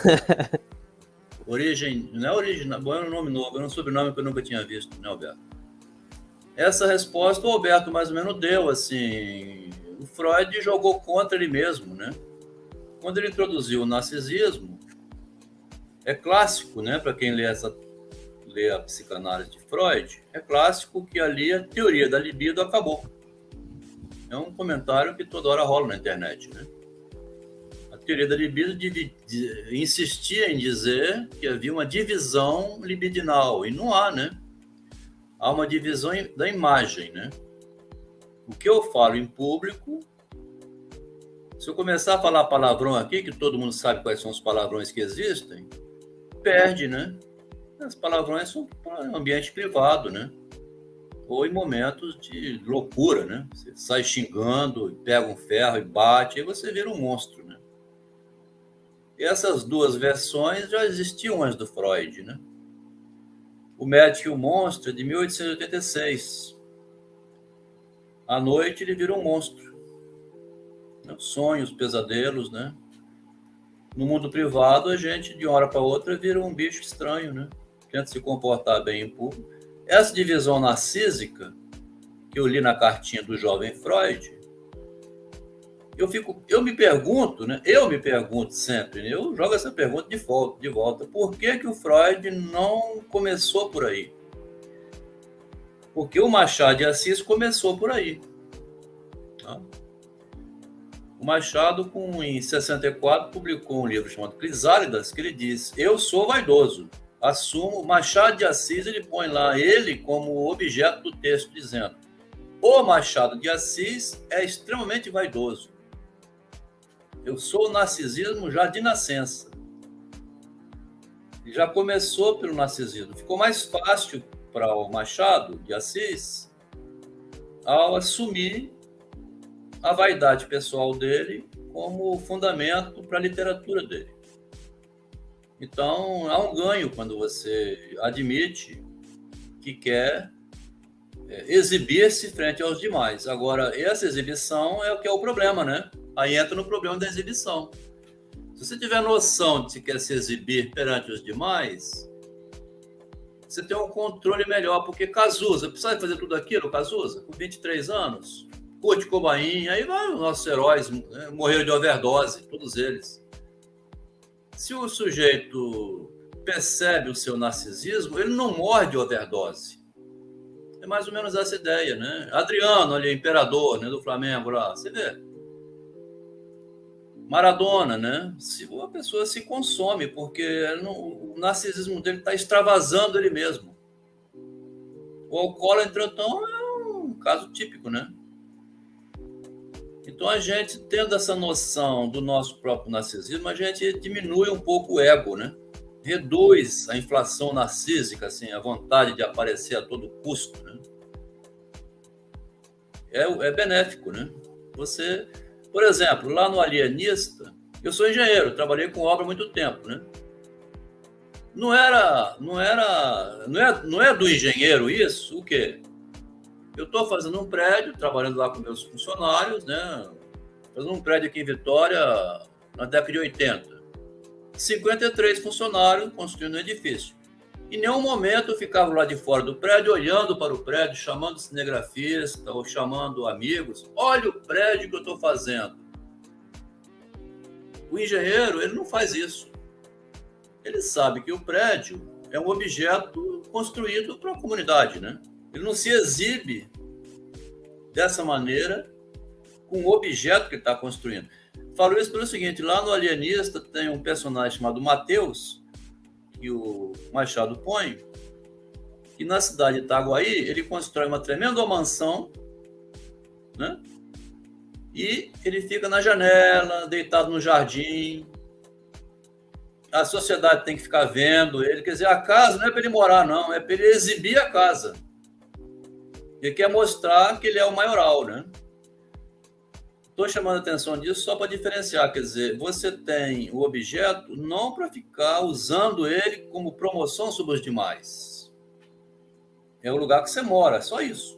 Origem, não é origem, bom, é um nome novo, é um sobrenome que eu nunca tinha visto, né, Alberto? Essa resposta o Alberto mais ou menos deu, assim, o Freud jogou contra ele mesmo, né? Quando ele introduziu o narcisismo, é clássico, né, para quem lê, essa, lê a psicanálise de Freud, é clássico que ali a teoria da libido acabou. É um comentário que toda hora rola na internet, né? A teoria da libido de, de, de, insistia em dizer que havia uma divisão libidinal, e não há, né? Há uma divisão da imagem, né? O que eu falo em público, se eu começar a falar palavrão aqui, que todo mundo sabe quais são os palavrões que existem, perde, né? As palavrões são para ambiente privado, né? Ou em momentos de loucura, né? Você sai xingando, pega um ferro e bate, aí você vira um monstro, né? E essas duas versões já existiam antes do Freud, né? O Médico e o Monstro é de mil oitocentos e oitenta e seis. À noite ele vira um monstro. Sonhos, pesadelos, né? No mundo privado, a gente, de uma hora para outra, vira um bicho estranho, né? Tenta se comportar bem em público. Essa divisão narcísica, que eu li na cartinha do jovem Freud, eu, fico, eu me pergunto, né? Eu me pergunto sempre, né? Eu jogo essa pergunta de volta, de volta. Por que que o Freud não começou por aí? Porque o Machado de Assis começou por aí. Tá? O Machado, com, em sessenta e quatro, publicou um livro chamado Crisálidas, que ele diz: eu sou vaidoso, assumo. Machado de Assis, ele põe lá ele como objeto do texto, dizendo: o Machado de Assis é extremamente vaidoso. Eu sou o narcisismo já de nascença. Já começou pelo narcisismo. Ficou mais fácil para o Machado de Assis ao assumir a vaidade pessoal dele como fundamento para a literatura dele. Então, há um ganho quando você admite que quer exibir-se frente aos demais. Agora, essa exibição é o que é o problema, né? Aí entra no problema da exibição. Se você tiver noção de que quer se exibir perante os demais, você tem um controle melhor, porque Cazuza, precisa fazer tudo aquilo, Cazuza, com vinte e três anos, Kurt Cobain, aí vai os nossos heróis, né? Morreram de overdose, todos eles. Se o sujeito percebe o seu narcisismo, ele não morre de overdose. É mais ou menos essa ideia, né? Adriano, ali, imperador, né, do Flamengo lá, você vê. Maradona, né? Se a pessoa se consome, porque não, o narcisismo dele está extravasando ele mesmo. O alcoólatra, então, é um caso típico, né? Então, a gente, tendo essa noção do nosso próprio narcisismo, a gente diminui um pouco o ego, né? Reduz a inflação narcísica, assim, a vontade de aparecer a todo custo, né? É, é benéfico, né? Você... Por exemplo, lá no Alienista, eu sou engenheiro, trabalhei com obra há muito tempo, né? Não era, não era, não é, não é do engenheiro isso? O quê? Eu estou fazendo um prédio, trabalhando lá com meus funcionários, né? Fazendo um prédio aqui em Vitória na década de oitenta. cinquenta e três funcionários construindo um edifício. Em nenhum momento eu ficava lá de fora do prédio, olhando para o prédio, chamando cinegrafista ou chamando amigos. Olha o prédio que eu estou fazendo. O engenheiro, ele não faz isso. Ele sabe que o prédio é um objeto construído para a comunidade, né? Ele não se exibe dessa maneira com o objeto que ele está construindo. Falo isso pelo seguinte, lá no Alienista tem um personagem chamado Mateus, que o Machado põe, que na cidade de Itaguaí ele constrói uma tremenda mansão, né? E ele fica na janela, deitado no jardim. A sociedade tem que ficar vendo ele. Quer dizer, a casa não é para ele morar, não, é para ele exibir a casa. Ele quer mostrar que ele é o maioral, né? Estou chamando a atenção disso só para diferenciar, quer dizer, você tem o objeto não para ficar usando ele como promoção sobre os demais. É o lugar que você mora, só isso.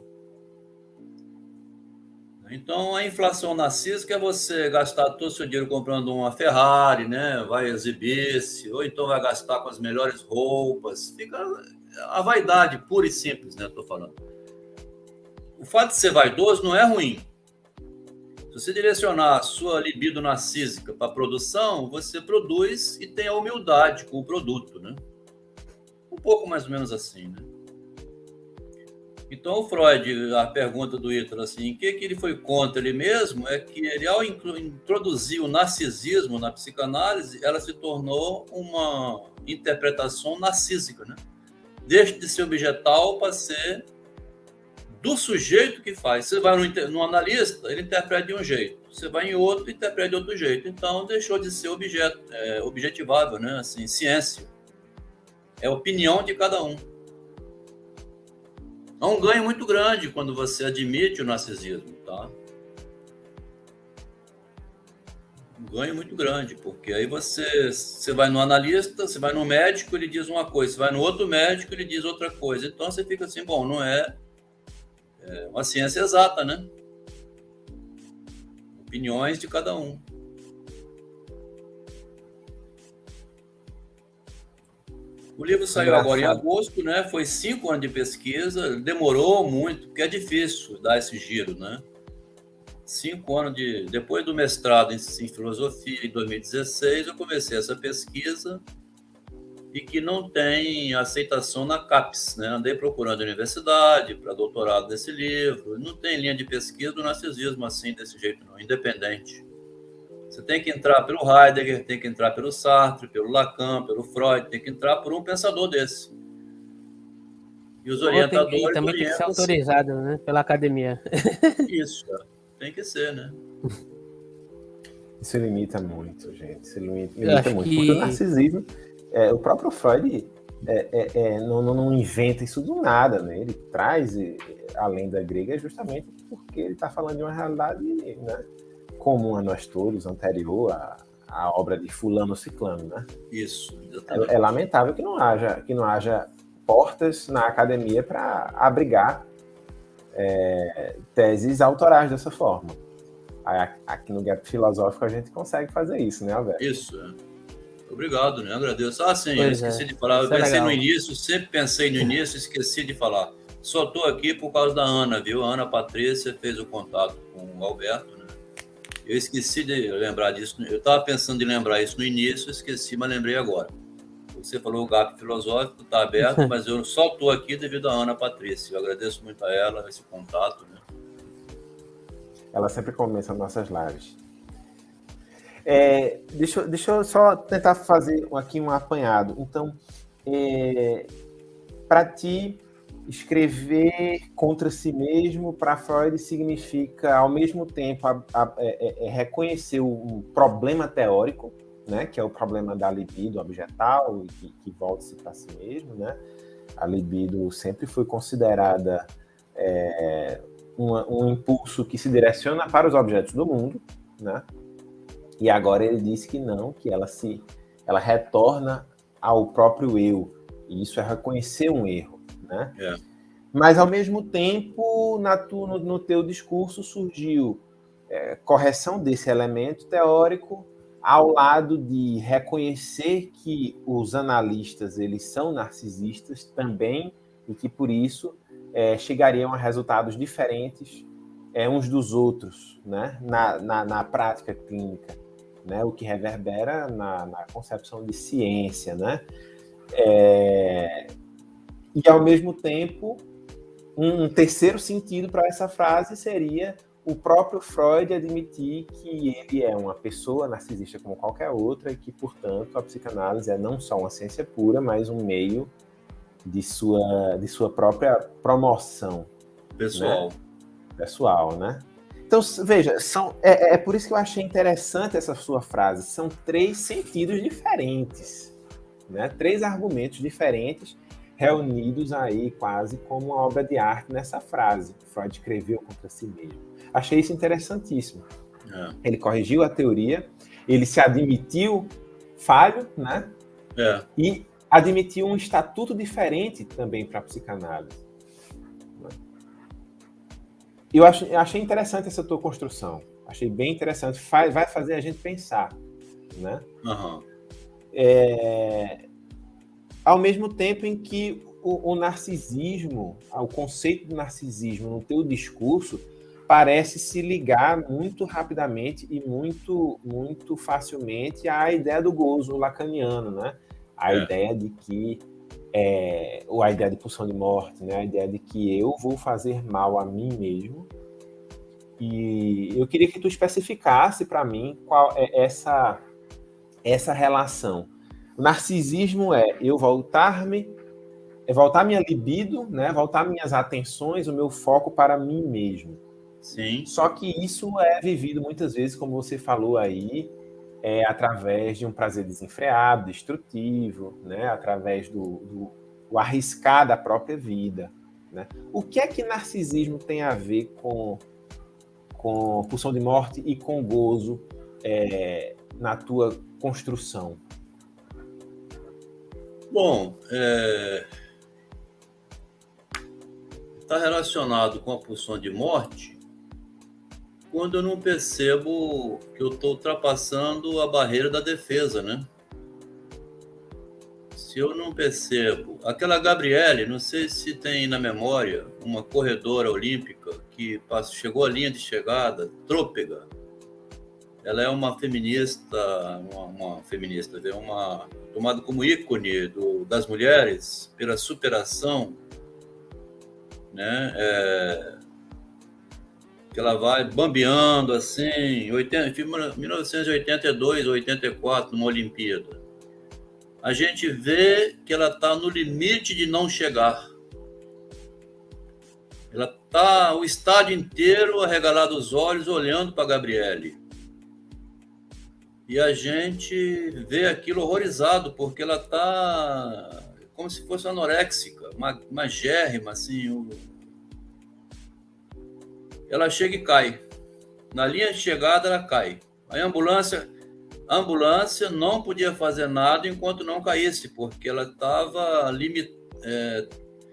Então, a inflação narcísica é você gastar todo o seu dinheiro comprando uma Ferrari, né? Vai exibir-se, ou então vai gastar com as melhores roupas. Fica a vaidade pura e simples, né? Estou falando. O fato de ser vaidoso não é ruim. Se você direcionar a sua libido narcísica para a produção, você produz e tem a humildade com o produto, né? Um pouco mais ou menos assim, né? Então, o Freud, a pergunta do Ítalo, assim, o que, que ele foi contra ele mesmo, é que ele, ao introduzir o narcisismo na psicanálise, ela se tornou uma interpretação narcísica, né? Deixa de ser objetal para ser do sujeito que faz. Você vai no, no analista, ele interpreta de um jeito. Você vai em outro, interpreta de outro jeito. Então, deixou de ser objeto, é, objetivável, né? Assim, ciência. É a opinião de cada um. É um ganho muito grande quando você admite o narcisismo, tá? Um ganho muito grande, porque aí você, você vai no analista, você vai no médico, ele diz uma coisa, você vai no outro médico, ele diz outra coisa. Então você fica assim, bom, não é, é uma ciência exata, né? Opiniões de cada um. O livro saiu Engraçado. agora em agosto, né? Foi cinco anos de pesquisa, demorou muito, porque é difícil dar esse giro, né? Cinco anos de... Depois do mestrado em, em filosofia, em dois mil e dezesseis, eu comecei essa pesquisa e que não tem aceitação na CAPES, né? Andei procurando a universidade para doutorado nesse livro, não tem linha de pesquisa do narcisismo assim, desse jeito não, independente. Você tem que entrar pelo Heidegger, tem que entrar pelo Sartre, pelo Lacan, pelo Freud, tem que entrar por um pensador desse. E os orientadores... Tem que, também tem que ser autorizado, né, pela academia. Isso, tem que ser, né? Isso limita muito, gente. Isso limita, limita muito. Que... Porque o narcisismo, é, o próprio Freud é, é, é, não, não inventa isso do nada, né? Ele traz a lenda grega justamente porque ele está falando de uma realidade, né, comum a nós todos, anterior à, à obra de fulano ciclano, né? Isso. É, é lamentável que não haja, que não haja portas na academia para abrigar é, teses autorais dessa forma. Aqui no Gap Filosófico a gente consegue fazer isso, né, Alberto? Isso, é. Obrigado, né? Agradeço. Ah, sim, eu esqueci é. de falar. Eu Isso pensei é no início, sempre pensei no início, esqueci de falar. Só estou aqui por causa da Ana, viu? A Ana Patrícia fez o contato com o Alberto, né? Eu esqueci de lembrar disso. Eu estava pensando em lembrar isso no início, esqueci, mas lembrei agora. Você falou o Gap Filosófico, está aberto, mas eu só estou aqui devido à Ana Patrícia. Eu agradeço muito a ela, esse contato, né? Ela sempre começa as nossas lives. É, deixa, deixa eu só tentar fazer aqui um apanhado. Então, é, para ti, escrever contra si mesmo, para Freud, significa, ao mesmo tempo, a, a, é, é reconhecer o problema teórico, né, que é o problema da libido objetal, e que, que volta-se para si mesmo, né? A libido sempre foi considerada é, uma, um impulso que se direciona para os objetos do mundo, né? E agora ele disse que não, que ela se, ela retorna ao próprio eu, e isso é reconhecer um erro, né? É. Mas, ao mesmo tempo, na tu, no, no teu discurso surgiu é, correção desse elemento teórico ao lado de reconhecer que os analistas eles são narcisistas também e que, por isso, é, chegariam a resultados diferentes é, uns dos outros, né? na, na, na prática clínica, né? O que reverbera na, na concepção de ciência, né? É... E, ao mesmo tempo, um terceiro sentido para essa frase seria o próprio Freud admitir que ele é uma pessoa narcisista como qualquer outra e que, portanto, a psicanálise é não só uma ciência pura, mas um meio de sua, de sua própria promoção. Pessoal. Né? Pessoal, né? Então, veja, são, é, é por isso que eu achei interessante essa sua frase. São três sentidos diferentes, né? Três argumentos diferentes reunidos aí quase como uma obra de arte nessa frase. Freud escreveu contra si mesmo. Achei isso interessantíssimo, É. Ele corrigiu a teoria, ele se admitiu falho, né? É. E admitiu um estatuto diferente também para a psicanálise. Eu, acho, eu achei interessante essa tua construção. Achei bem interessante. Faz, vai fazer a gente pensar, né? Uhum. É, ao mesmo tempo em que o, o narcisismo, o conceito do narcisismo no teu discurso parece se ligar muito rapidamente e muito, muito facilmente à ideia do gozo lacaniano, né? A é. ideia de que é, ou a ideia de pulsão de morte, né? A ideia de que eu vou fazer mal a mim mesmo. E eu queria que tu especificasse para mim qual é essa, essa relação. O narcisismo é eu voltar-me, é voltar minha libido, né? Voltar minhas atenções, o meu foco para mim mesmo. Sim. Só que isso é vivido muitas vezes, como você falou aí, é, através de um prazer desenfreado, destrutivo, né? Através do, do, do arriscar da própria vida. Né? O que é que narcisismo tem a ver com, com pulsão de morte e com gozo é, na tua construção? Bom, é... está relacionado com a pulsão de morte quando eu não percebo que eu estou ultrapassando a barreira da defesa, né? Se eu não percebo... Aquela Gabriele, não sei se tem na memória, uma corredora olímpica que chegou à linha de chegada, trôpega. Ela é uma feminista, uma, uma feminista, uma, tomada como ícone do, das mulheres pela superação, né? É, que ela vai bambeando assim, em mil novecentos e oitenta e dois, oitenta e quatro, numa Olimpíada. A gente vê que ela está no limite de não chegar. Ela está o estádio inteiro arregalado os olhos, olhando para a Gabriele. E a gente vê aquilo horrorizado, porque ela está como se fosse anoréxica, magérrima, assim. O... Ela chega e cai. Na linha de chegada, ela cai. Aí a ambulância, a ambulância não podia fazer nada enquanto não caísse, porque ela estava limit... é...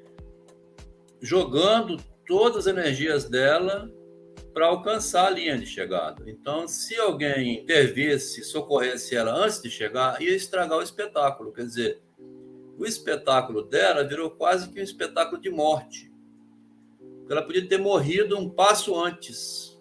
jogando todas as energias dela para alcançar a linha de chegada. Então, se alguém intervisse, socorresse ela antes de chegar, ia estragar o espetáculo. Quer dizer, o espetáculo dela virou quase que um espetáculo de morte. Ela podia ter morrido um passo antes.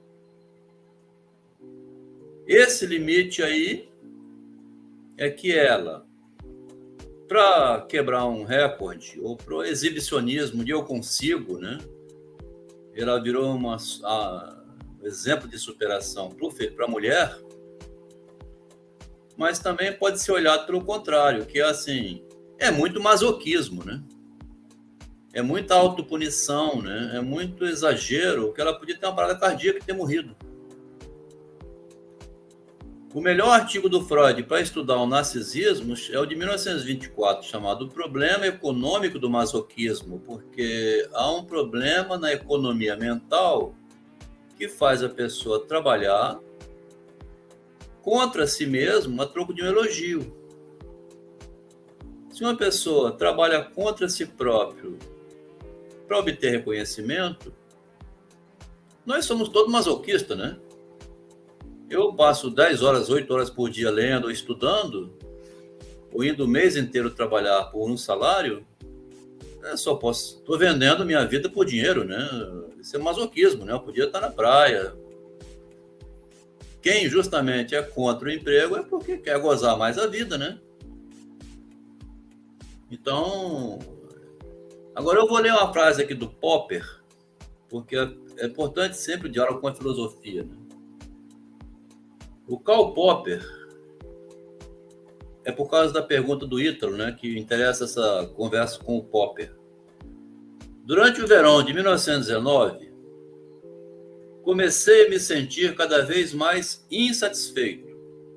Esse limite aí é que ela, para quebrar um recorde, ou para o exibicionismo de eu consigo, né? Ela virou uma, a, um exemplo de superação para a mulher, mas também pode ser olhado pelo contrário, que é assim, é muito masoquismo, né? É muita autopunição, né? É muito exagero, que ela podia ter uma parada cardíaca e ter morrido. O melhor artigo do Freud para estudar o narcisismo é o de mil novecentos e vinte e quatro, chamado O Problema Econômico do Masoquismo, porque há um problema na economia mental que faz a pessoa trabalhar contra si mesmo a troco de um elogio. Se uma pessoa trabalha contra si próprio para obter reconhecimento, nós somos todos masoquistas, né? Eu passo dez horas, oito horas por dia lendo ou estudando, ou indo o mês inteiro trabalhar por um salário, eu só posso... Estou vendendo minha vida por dinheiro, né? Isso é masoquismo, né? Eu podia estar na praia. Quem justamente é contra o emprego é porque quer gozar mais a vida, né? Então... Agora eu vou ler uma frase aqui do Popper, porque é importante sempre o diálogo com a filosofia, né? O Karl Popper, é por causa da pergunta do Ítalo, né, que interessa essa conversa com o Popper. Durante o verão de mil novecentos e dezenove, comecei a me sentir cada vez mais insatisfeito.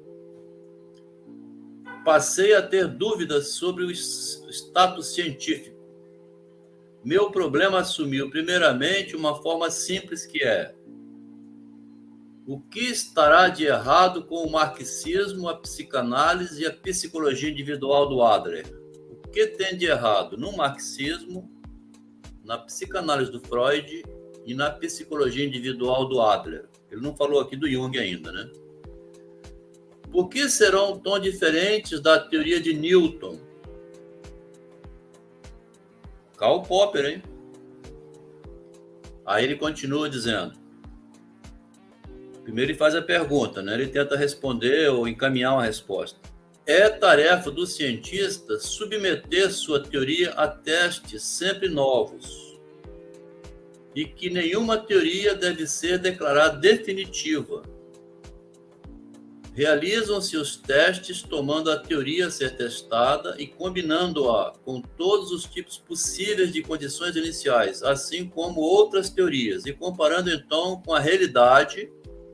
Passei a ter dúvidas sobre o status científico. Meu problema assumiu, primeiramente, uma forma simples que é: O que estará de errado com o marxismo, a psicanálise e a psicologia individual do Adler? O que tem de errado no marxismo, na psicanálise do Freud e na psicologia individual do Adler? Ele não falou aqui do Jung ainda, né? Por que serão tão diferentes da teoria de Newton? Karl Popper, hein? Aí ele continua dizendo. Primeiro ele faz a pergunta, né? Ele tenta responder ou encaminhar uma resposta. É tarefa do cientista submeter sua teoria a testes sempre novos e que nenhuma teoria deve ser declarada definitiva. Realizam-se os testes tomando a teoria a ser testada e combinando-a com todos os tipos possíveis de condições iniciais, assim como outras teorias, e comparando então com a realidade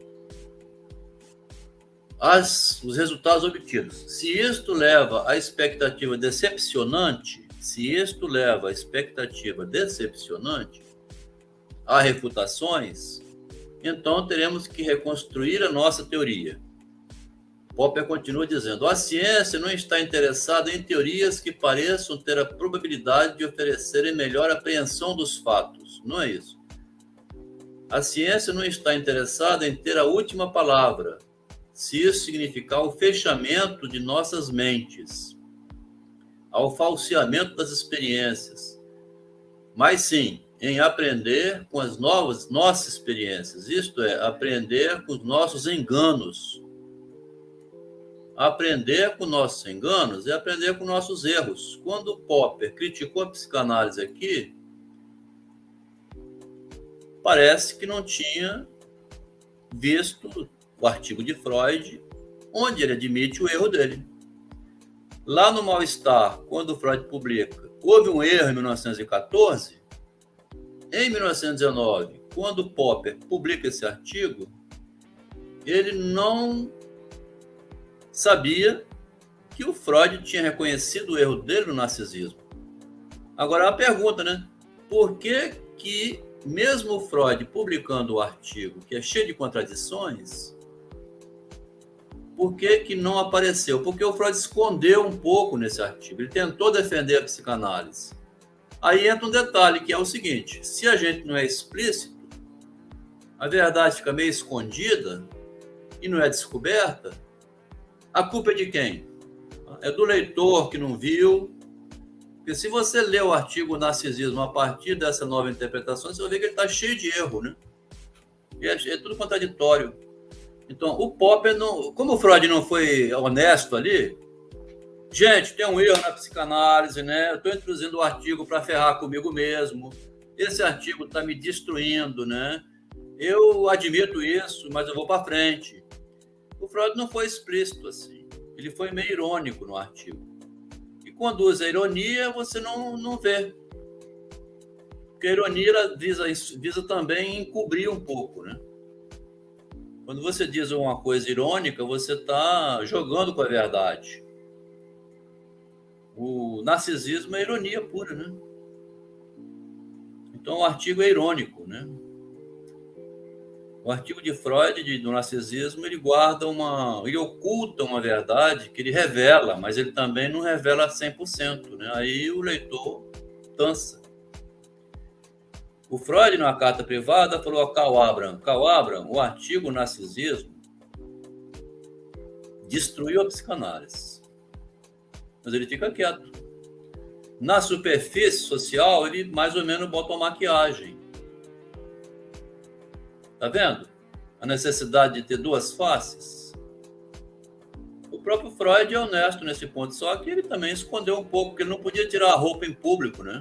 as, os resultados obtidos. Se isto leva à expectativa decepcionante, se isto leva à expectativa decepcionante, a refutações, então teremos que reconstruir a nossa teoria. Popper continua dizendo, a ciência não está interessada em teorias que pareçam ter a probabilidade de oferecerem melhor apreensão dos fatos. Não é isso. A ciência não está interessada em ter a última palavra, se isso significar o fechamento de nossas mentes, ao falseamento das experiências, mas sim em aprender com as novas nossas experiências, isto é, aprender com os nossos enganos. Aprender com nossos enganos é aprender com nossos erros. Quando Popper criticou a psicanálise aqui, parece que não tinha visto o artigo de Freud, onde ele admite o erro dele. Lá no Mal-Estar, quando Freud publica, houve um erro em mil novecentos e quatorze, em mil novecentos e dezenove, quando Popper publica esse artigo, ele não sabia que o Freud tinha reconhecido o erro dele no narcisismo. Agora, a pergunta, né? Por que que, mesmo o Freud publicando o artigo, que é cheio de contradições, por que que não apareceu? Porque o Freud escondeu um pouco nesse artigo. Ele tentou defender a psicanálise. Aí entra um detalhe, que é o seguinte, se a gente não é explícito, a verdade fica meio escondida e não é descoberta, a culpa é de quem? É do leitor que não viu. Porque se você lê o artigo Narcisismo a partir dessa nova interpretação, você vai ver que ele está cheio de erro, né? É, é tudo contraditório. Então, o Popper, não, como o Freud não foi honesto ali, gente, tem um erro na psicanálise, né? Eu estou introduzindo o artigo para ferrar comigo mesmo. Esse artigo está me destruindo, né? Eu admito isso, mas eu vou para frente. O Freud não foi explícito assim. Ele foi meio irônico no artigo. E quando usa a ironia, você não, não vê. Porque a ironia visa, visa também encobrir um pouco, né? Quando você diz uma coisa irônica, você está jogando com a verdade. O narcisismo é ironia pura, né? Então o artigo é irônico, né? O artigo de Freud, de, do narcisismo, ele guarda uma... ele oculta uma verdade que ele revela, mas ele também não revela cem por cento, né? Aí o leitor dança. O Freud, numa carta privada, falou a Karl Abraham, Karl Abraham, o artigo Narcisismo destruiu a psicanálise. Mas ele fica quieto. Na superfície social, ele mais ou menos bota uma maquiagem. Tá vendo? A necessidade de ter duas faces. O próprio Freud é honesto nesse ponto, só que ele também escondeu um pouco, porque ele não podia tirar a roupa em público, né?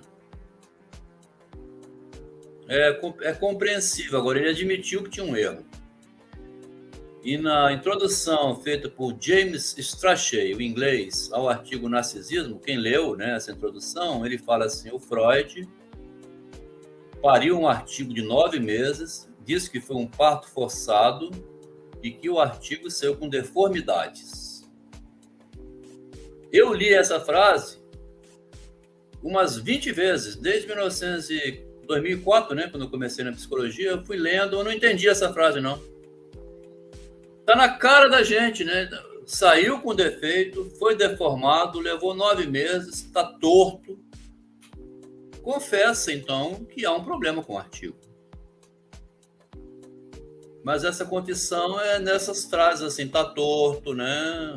É, é compreensível. Agora, ele admitiu que tinha um erro. E na introdução feita por James Strachey, o inglês, ao artigo Narcisismo, quem leu, né, essa introdução, ele fala assim, o Freud pariu um artigo de nove meses, disse que foi um parto forçado e que o artigo saiu com deformidades. Eu li essa frase umas vinte vezes, desde mil e novecentos e dois mil e quatro, né, quando eu comecei na psicologia, eu fui lendo, eu não entendi essa frase, não. Tá na cara da gente, né? Saiu com defeito, foi deformado, levou nove meses, está torto. Confessa, então, que há um problema com o artigo. Mas essa confissão é nessas frases, assim, tá torto, né?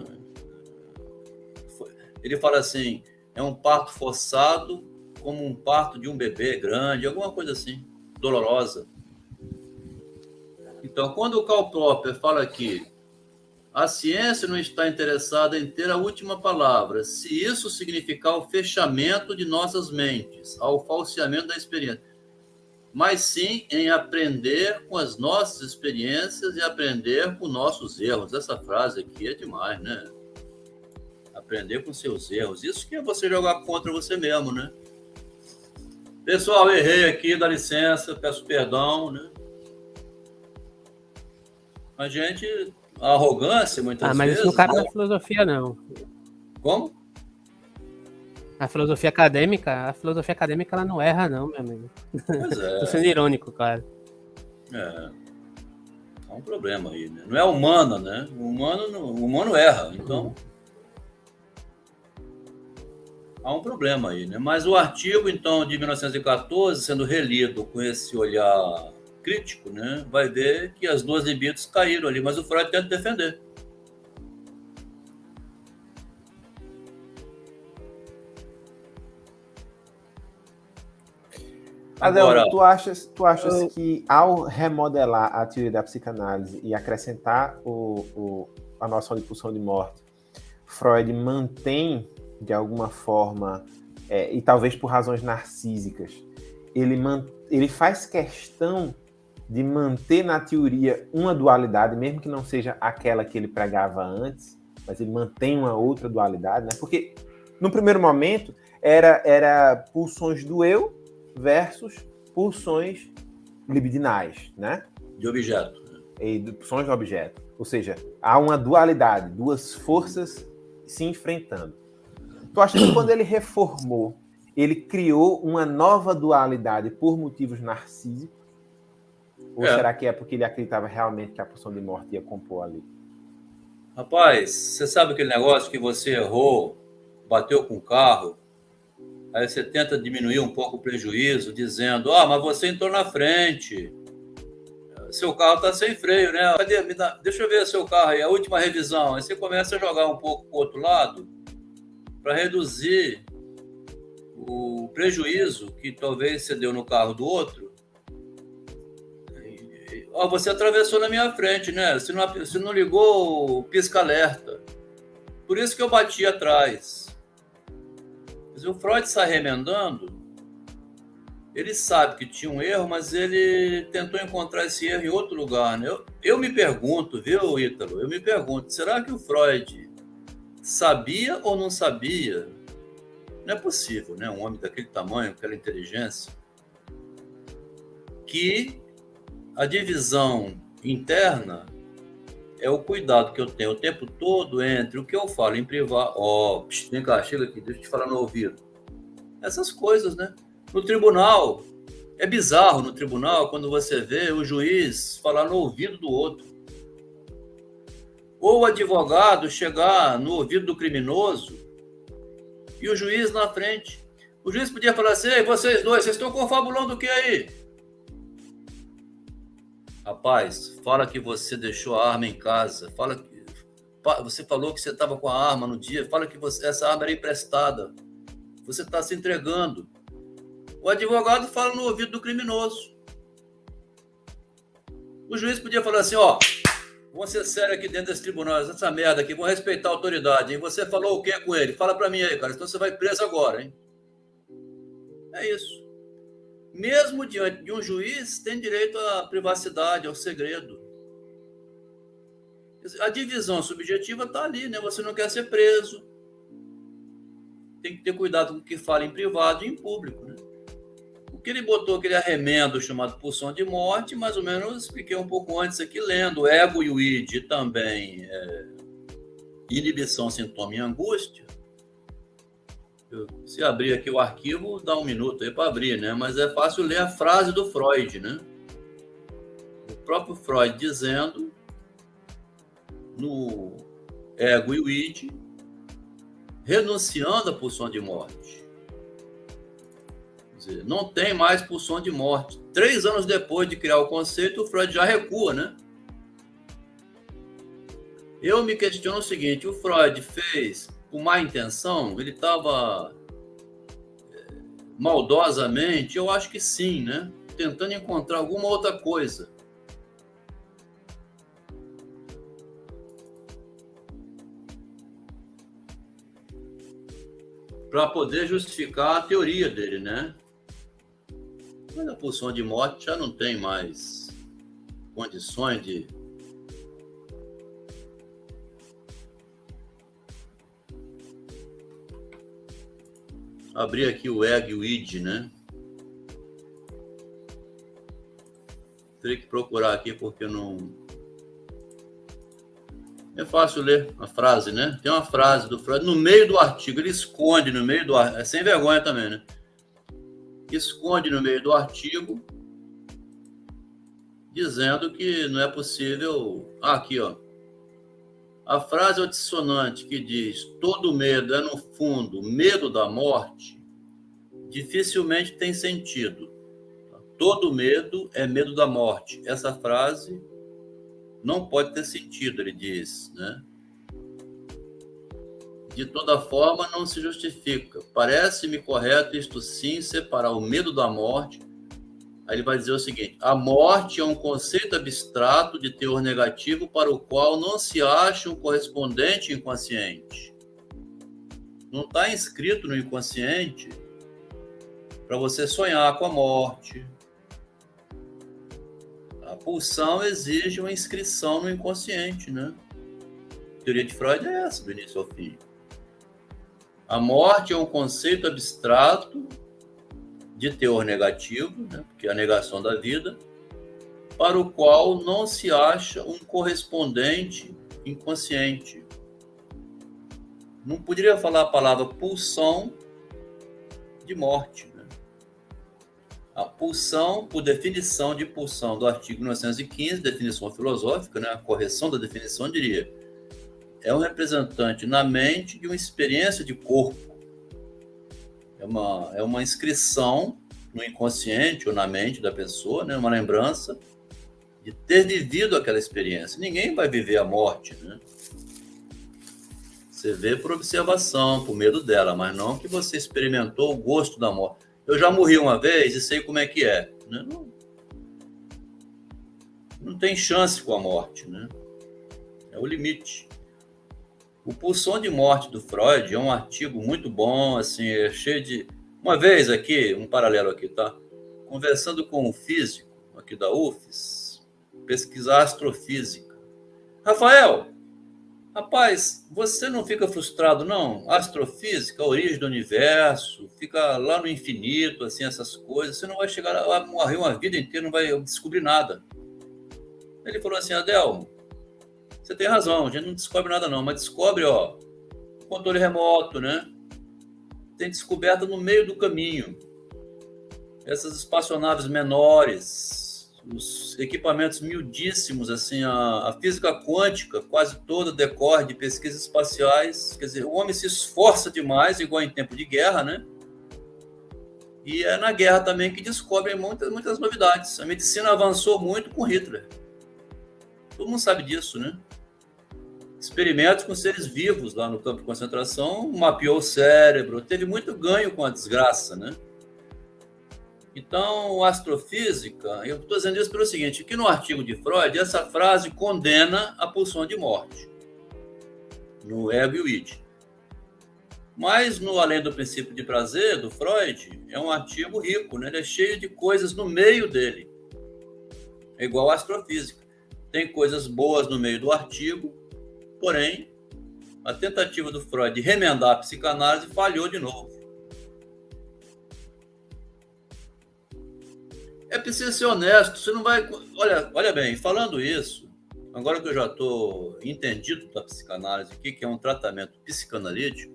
Ele fala assim, é um parto forçado como um parto de um bebê grande, alguma coisa assim, dolorosa. Então, quando o Karl Popper fala aqui, a ciência não está interessada em ter a última palavra, se isso significar o fechamento de nossas mentes, ao falseamento da experiência, mas sim em aprender com as nossas experiências e aprender com nossos erros. Essa frase aqui é demais, né? Aprender com seus erros. Isso que é você jogar contra você mesmo, né? Pessoal, errei aqui, dá licença, peço perdão, né? A gente... A arrogância, muitas vezes... Ah, mas vezes, isso não cabe né? na filosofia, não. Como? A filosofia acadêmica, a filosofia acadêmica, ela não erra, não, meu amigo. Pois é. Tô sendo irônico, cara. É. Há um problema aí, né? Não é humana, né? O humano, não... o humano erra, então... Há um problema aí, né? Mas o artigo, então, de mil novecentos e quatorze, sendo relido com esse olhar crítico, né, vai ver que as duas libidos caíram ali, mas o Freud tenta defender. Adel, Agora, tu achas, tu achas eu... que ao remodelar a teoria da psicanálise e acrescentar o, o, a noção de pulsão de morte, Freud mantém, de alguma forma, é, e talvez por razões narcísicas, ele, man, ele faz questão de manter na teoria uma dualidade, mesmo que não seja aquela que ele pregava antes, mas ele mantém uma outra dualidade, né? Porque, no primeiro momento, era, era pulsões do eu versus pulsões libidinais, né? De objeto. E de pulsões de objeto. Ou seja, há uma dualidade, duas forças se enfrentando. Tu acha que quando ele reformou, ele criou uma nova dualidade por motivos narcísicos? Ou é. será que é porque ele acreditava realmente que a pulsão de morte ia compor ali? Rapaz, você sabe aquele negócio que você errou, bateu com o carro, aí você tenta diminuir um pouco o prejuízo, dizendo, ah, mas você entrou na frente, seu carro está sem freio, né? Cadê? Me dá... Deixa eu ver seu carro aí, a última revisão. Aí você começa a jogar um pouco para o outro lado para reduzir o prejuízo que talvez você deu no carro do outro. Oh, você atravessou na minha frente, né? Você não, você não ligou o pisca-alerta. Por isso que eu bati atrás. Mas o Freud sai remendando. Ele sabe que tinha um erro, mas ele tentou encontrar esse erro em outro lugar, né? Eu, eu me pergunto, viu, Ítalo? Eu me pergunto, será que o Freud sabia ou não sabia? Não é possível, né? Um homem daquele tamanho, aquela inteligência, que a divisão interna é o cuidado que eu tenho o tempo todo entre o que eu falo em privado. Ó, oh, vem cá, chega aqui, deixa eu te falar no ouvido. Essas coisas, né? No tribunal, é bizarro no tribunal quando você vê o juiz falar no ouvido do outro. Ou o advogado chegar no ouvido do criminoso e o juiz na frente. O juiz podia falar assim, ei, vocês dois, vocês estão confabulando o que aí? Rapaz, fala que você deixou a arma em casa. Fala que você falou que você estava com a arma no dia. Fala que você, essa arma era emprestada. Você está se entregando. O advogado fala no ouvido do criminoso. O juiz podia falar assim, ó, vamos ser sérios aqui dentro desse tribunal, essa merda aqui, vamos respeitar a autoridade, hein? Você falou o que com ele? Fala para mim aí, cara, então você vai preso agora, hein? É isso. Mesmo diante de um juiz, tem direito à privacidade, ao segredo. A divisão subjetiva está ali, né? Você não quer ser preso. Tem que ter cuidado com o que fala em privado e em público, né? O que ele botou, aquele arremendo chamado pulsão de morte, mais ou menos expliquei um pouco antes aqui, lendo. O ego e o id também, é, inibição, sintoma e angústia. Eu, se abrir aqui o arquivo, dá um minuto aí para abrir, né? Mas é fácil ler a frase do Freud, né? O próprio Freud dizendo no ego e o id, renunciando à pulsão de morte. Quer dizer, não tem mais pulsão de morte. Três anos depois de criar o conceito, o Freud já recua, né? Eu me questiono o seguinte, o Freud fez com má intenção? Ele estava maldosamente? Eu acho que sim, né? Tentando encontrar alguma outra coisa. Para poder justificar a teoria dele, né? Mas a pulsão de morte já não tem mais condições de... Abrir aqui o ego e o id, né? Teria que procurar aqui porque não... É fácil ler a frase, né? Tem uma frase do Freud no meio do artigo, ele esconde no meio do artigo, é sem vergonha também, né? Esconde no meio do artigo, dizendo que não é possível... Ah, aqui, ó. A frase altissonante que diz todo medo é, no fundo, medo da morte, dificilmente tem sentido. Todo medo é medo da morte. Essa frase não pode ter sentido, ele diz, né? De toda forma, não se justifica. Parece-me correto, isto sim, separar o medo da morte. Aí ele vai dizer o seguinte, a morte é um conceito abstrato de teor negativo para o qual não se acha um correspondente inconsciente. Não está inscrito no inconsciente para você sonhar com a morte. A pulsão exige uma inscrição no inconsciente, né? A teoria de Freud é essa, do início ao fim. A morte é um conceito abstrato de teor negativo, né? Porque é a negação da vida, para o qual não se acha um correspondente inconsciente. Não poderia falar a palavra pulsão de morte, né? A pulsão, por definição de pulsão do artigo novecentos e quinze, definição filosófica, né? A correção da definição, diria, é um representante na mente de uma experiência de corpo. É uma, é uma inscrição no inconsciente ou na mente da pessoa, né? Uma lembrança de ter vivido aquela experiência. Ninguém vai viver a morte, né? Você vê por observação, por medo dela, mas não que você experimentou o gosto da morte. Eu já morri uma vez e sei como é que é, né? Não, não tem chance com a morte, né? É o limite. O Pulsão de Morte do Freud é um artigo muito bom, assim, é cheio de... Uma vez aqui, um paralelo aqui, tá? Conversando com um físico aqui da U F S, pesquisar astrofísica. Rafael, rapaz, você não fica frustrado, não? Astrofísica, a origem do universo, fica lá no infinito, assim, essas coisas. Você não vai chegar a morrer uma vida inteira, não vai descobrir nada. Ele falou assim, Adelmo, você tem razão, a gente não descobre nada não, mas descobre, ó, controle remoto, né? Tem descoberta no meio do caminho. Essas espaçonaves menores, os equipamentos miudíssimos, assim, a, a física quântica quase toda decorre de pesquisas espaciais. Quer dizer, o homem se esforça demais, igual em tempo de guerra, né? E é na guerra também que descobrem muitas, muitas novidades. A medicina avançou muito com Hitler. Todo mundo sabe disso, né? Experimentos com seres vivos lá no campo de concentração, mapeou o cérebro, teve muito ganho com a desgraça, né? Então, astrofísica, eu estou dizendo isso pelo seguinte, que no artigo de Freud, essa frase condena a pulsão de morte, no ego e o id. Mas, no Além do Princípio de Prazer, do Freud, é um artigo rico, né? Ele é cheio de coisas no meio dele. É igual a astrofísica. Tem coisas boas no meio do artigo, porém, a tentativa do Freud de remendar a psicanálise falhou de novo. É preciso ser honesto, você não vai... Olha, olha bem, falando isso, agora que eu já estou entendido da psicanálise aqui, que é um tratamento psicanalítico,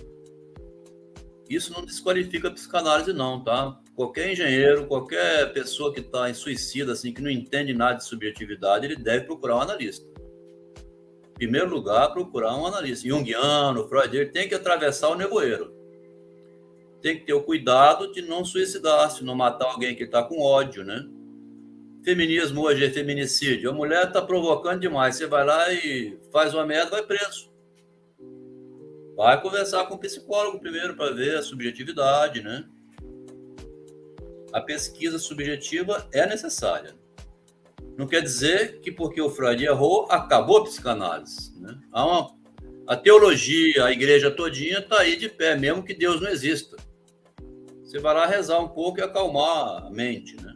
isso não desqualifica a psicanálise não, tá? Qualquer engenheiro, qualquer pessoa que está em suicida, assim, que não entende nada de subjetividade, ele deve procurar um analista. primeiro lugar, procurar um analista. Jungiano, Freud, ele tem que atravessar o nevoeiro. Tem que ter o cuidado de não suicidar-se, não matar alguém que está com ódio, né? Feminismo hoje é feminicídio. A mulher está provocando demais. Você vai lá e faz uma merda, vai preso. Vai conversar com o psicólogo primeiro para ver a subjetividade, né? A pesquisa subjetiva é necessária. Não quer dizer que porque o Freud errou, acabou a psicanálise, né? Há uma, a teologia, a igreja todinha está aí de pé, mesmo que Deus não exista. Você vai lá rezar um pouco e acalmar a mente, né?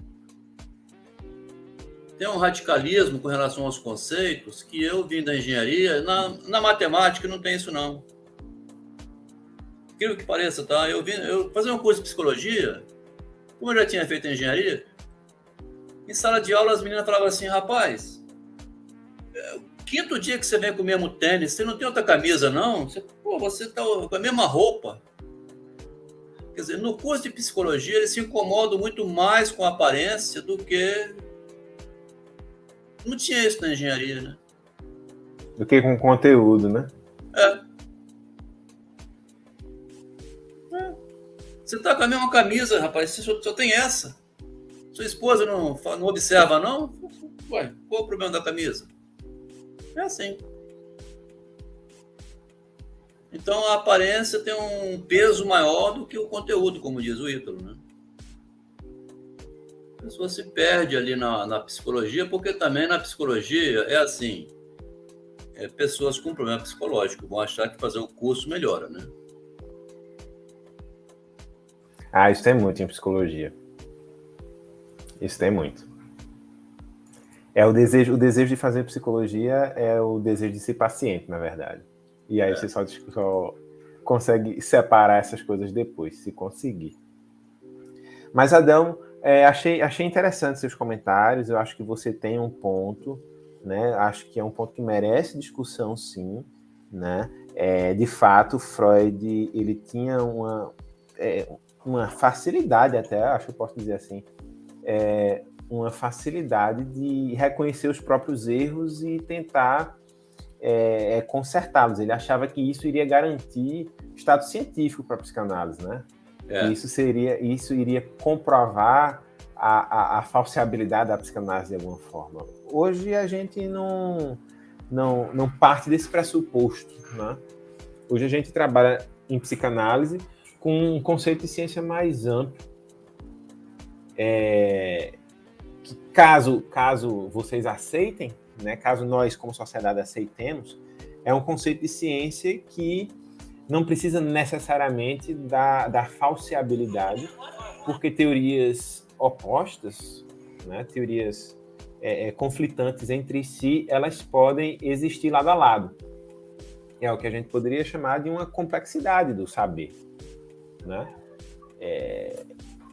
Tem um radicalismo com relação aos conceitos que eu vim da engenharia. Na, na matemática não tem isso, não. Incrível que pareça, tá? Eu vim eu fazer um curso de psicologia, como eu já tinha feito engenharia, em sala de aula as meninas falavam assim, rapaz, é o quinto dia que você vem com o mesmo tênis, você não tem outra camisa, não? Você, pô, você tá com a mesma roupa. Quer dizer, no curso de psicologia eles se incomodam muito mais com a aparência do que... Não tinha isso na engenharia, né? Do que com conteúdo, né? É. é. Você tá com a mesma camisa, rapaz, você só, só tem essa. Sua esposa não, não observa, não? Ué, qual o problema da camisa? É assim. Então a aparência tem um peso maior do que o conteúdo, como diz o Ítalo, né? A pessoa se perde ali na, na psicologia, porque também na psicologia é assim, é, pessoas com problema psicológico vão achar que fazer o curso melhora, né? Ah, isso tem muito em psicologia. Isso tem muito. É o desejo, o desejo de fazer psicologia é o desejo de ser paciente, na verdade. E aí é. você só, só consegue separar essas coisas depois, se conseguir. Mas, Adão, É, achei, achei interessante seus comentários, eu acho que você tem um ponto, né? Acho que é um ponto que merece discussão, sim, né? É, de fato, Freud, ele tinha uma, é, uma facilidade até, acho que eu posso dizer assim, é, uma facilidade de reconhecer os próprios erros e tentar é, consertá-los. Ele achava que isso iria garantir status científico para a psicanálise, né? É. Isso seria, isso iria comprovar a, a, a falseabilidade da psicanálise de alguma forma. Hoje a gente não, não, não parte desse pressuposto, né? Hoje a gente trabalha em psicanálise com um conceito de ciência mais amplo. É, que caso, caso vocês aceitem, né, caso nós como sociedade aceitemos, é um conceito de ciência que não precisa necessariamente da, da falseabilidade, porque teorias opostas, né, teorias é, é, conflitantes entre si, elas podem existir lado a lado. É o que a gente poderia chamar de uma complexidade do saber, né? É...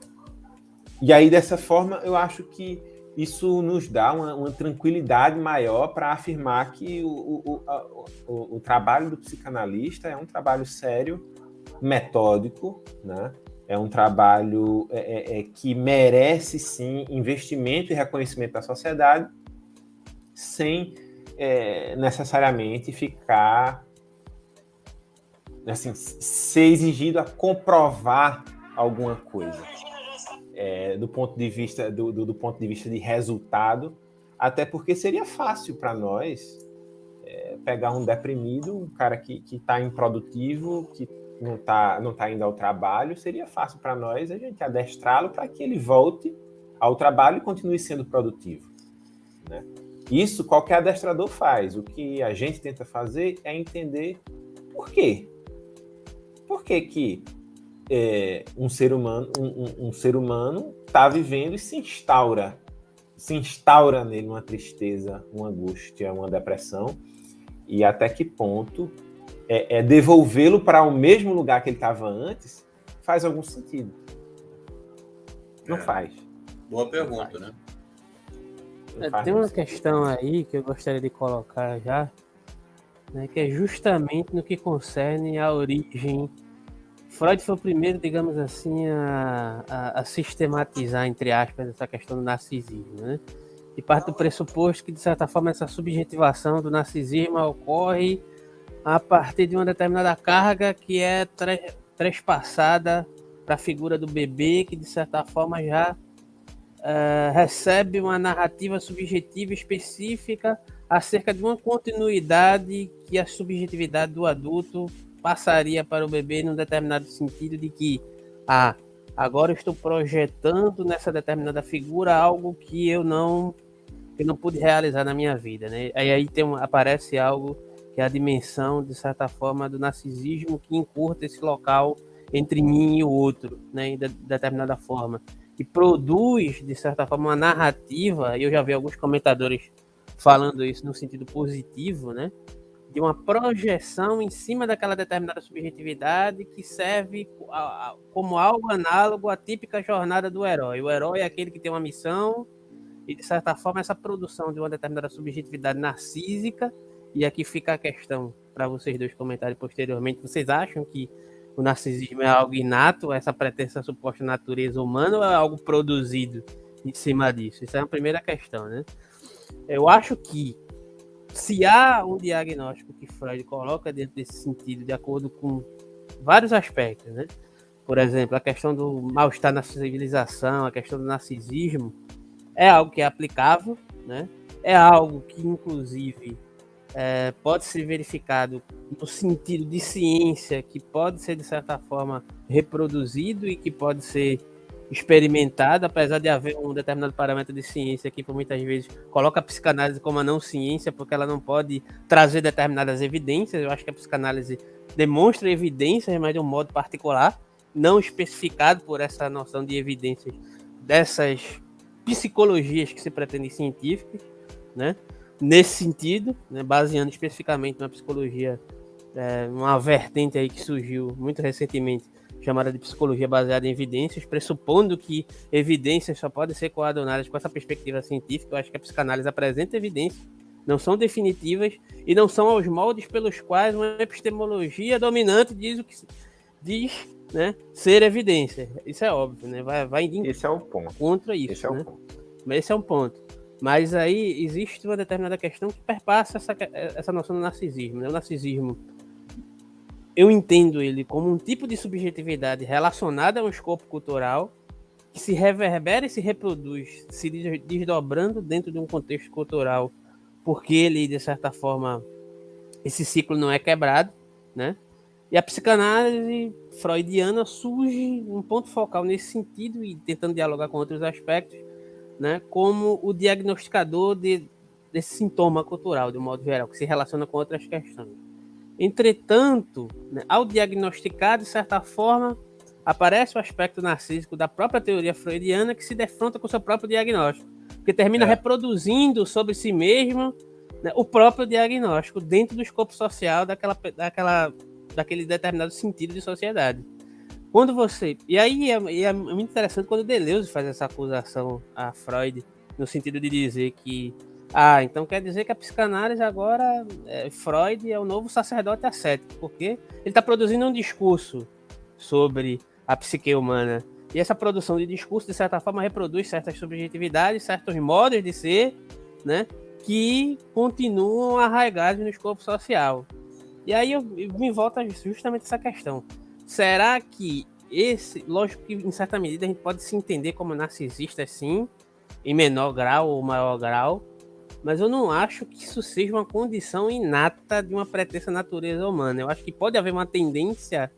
E aí, dessa forma, eu acho que isso nos dá uma, uma tranquilidade maior para afirmar que o, o, a, o, o trabalho do psicanalista é um trabalho sério, metódico, né? É um trabalho é, é, que merece, sim, investimento e reconhecimento da sociedade, sem é, necessariamente ficar, assim, ser exigido a comprovar alguma coisa. É, do ponto de vista do, do, do ponto de vista de resultado, até porque seria fácil para nós é, pegar um deprimido, um cara que está improdutivo, que não está não tá indo ao trabalho, seria fácil para nós a gente adestrá-lo para que ele volte ao trabalho e continue sendo produtivo, né? Isso qualquer adestrador faz. O que a gente tenta fazer é entender por quê. Por que que É, um ser humano um, um, um ser humano está vivendo e se instaura se instaura nele uma tristeza, uma angústia, uma depressão, e até que ponto é, é devolvê-lo para o mesmo lugar que ele estava antes faz algum sentido? Não é. faz. Boa pergunta, né? É, tem uma questão aí que eu gostaria de colocar já, né, que é justamente no que concerne a origem. Freud foi o primeiro, digamos assim, a, a, a sistematizar, entre aspas, essa questão do narcisismo, né? e parte do pressuposto que, de certa forma, essa subjetivação do narcisismo ocorre a partir de uma determinada carga que é tre- trespassada para a figura do bebê, que, de certa forma, já uh, recebe uma narrativa subjetiva específica acerca de uma continuidade que a subjetividade do adulto passaria para o bebê num determinado sentido de que, ah, agora eu estou projetando nessa determinada figura algo que eu não, que não pude realizar na minha vida, né? Aí, aí tem um, aparece algo que é a dimensão, de certa forma, do narcisismo que encurta esse local entre mim e o outro, né? De, de determinada forma. E produz, de certa forma, uma narrativa, e eu já vi alguns comentadores falando isso no sentido positivo, né? De uma projeção em cima daquela determinada subjetividade que serve a, a, como algo análogo à típica jornada do herói. O herói é aquele que tem uma missão e, de certa forma, essa produção de uma determinada subjetividade narcísica, e aqui fica a questão para vocês dois comentarem posteriormente, vocês acham que o narcisismo é algo inato, essa pretensa suposta natureza humana, ou é algo produzido em cima disso? Essa é a primeira questão, né? Eu acho que se há um diagnóstico que Freud coloca dentro desse sentido, de acordo com vários aspectos, né? Por exemplo, a questão do mal-estar na civilização, a questão do narcisismo, é algo que é aplicável, né? É algo que, inclusive, é, pode ser verificado no sentido de ciência, que pode ser, de certa forma, reproduzido e que pode ser experimentado, apesar de haver um determinado parâmetro de ciência que, por muitas vezes, coloca a psicanálise como a não ciência, porque ela não pode trazer determinadas evidências. Eu acho que a psicanálise demonstra evidências, mas de um modo particular, não especificado por essa noção de evidências dessas psicologias que se pretendem científicas, né? Nesse sentido, né, baseando especificamente na psicologia, é, uma vertente aí que surgiu muito recentemente, chamada de psicologia baseada em evidências, pressupondo que evidências só podem ser coadunadas com essa perspectiva científica. Eu acho que a psicanálise apresenta evidências, não são definitivas e não são aos moldes pelos quais uma epistemologia dominante diz o que diz, né, ser evidência. Isso é óbvio, né? Vai, vai esse é o ponto. Contra isso. Esse é né? o ponto. Mas esse é um ponto. Mas aí existe uma determinada questão que perpassa essa, essa noção do narcisismo. Né? O narcisismo, eu entendo ele como um tipo de subjetividade relacionada a um escopo cultural que se reverbera e se reproduz, se desdobrando dentro de um contexto cultural, porque ele, de certa forma, esse ciclo não é quebrado, né? E a psicanálise freudiana surge um ponto focal nesse sentido e tentando dialogar com outros aspectos, né, como o diagnosticador de, desse sintoma cultural, de um modo geral, que se relaciona com outras questões. Entretanto, né, ao diagnosticar, de certa forma, aparece o aspecto narcísico da própria teoria freudiana que se defronta com o seu próprio diagnóstico, que termina é. reproduzindo sobre si mesmo, né, o próprio diagnóstico dentro do escopo social daquela, daquela, daquele determinado sentido de sociedade. Quando você... E aí é, é muito interessante quando Deleuze faz essa acusação a Freud, no sentido de dizer que, ah, então quer dizer que a psicanálise agora, é, Freud é o novo sacerdote ascético, porque ele está produzindo um discurso sobre a psique humana. E essa produção de discurso, de certa forma, reproduz certas subjetividades, certos modos de ser, né, que continuam arraigados no escopo social. E aí eu, eu me volta justamente essa questão. Será que esse... Lógico que, em certa medida, a gente pode se entender como narcisista, sim, em menor grau ou maior grau, mas eu não acho que isso seja uma condição inata de uma pretensa natureza humana. Eu acho que pode haver uma tendência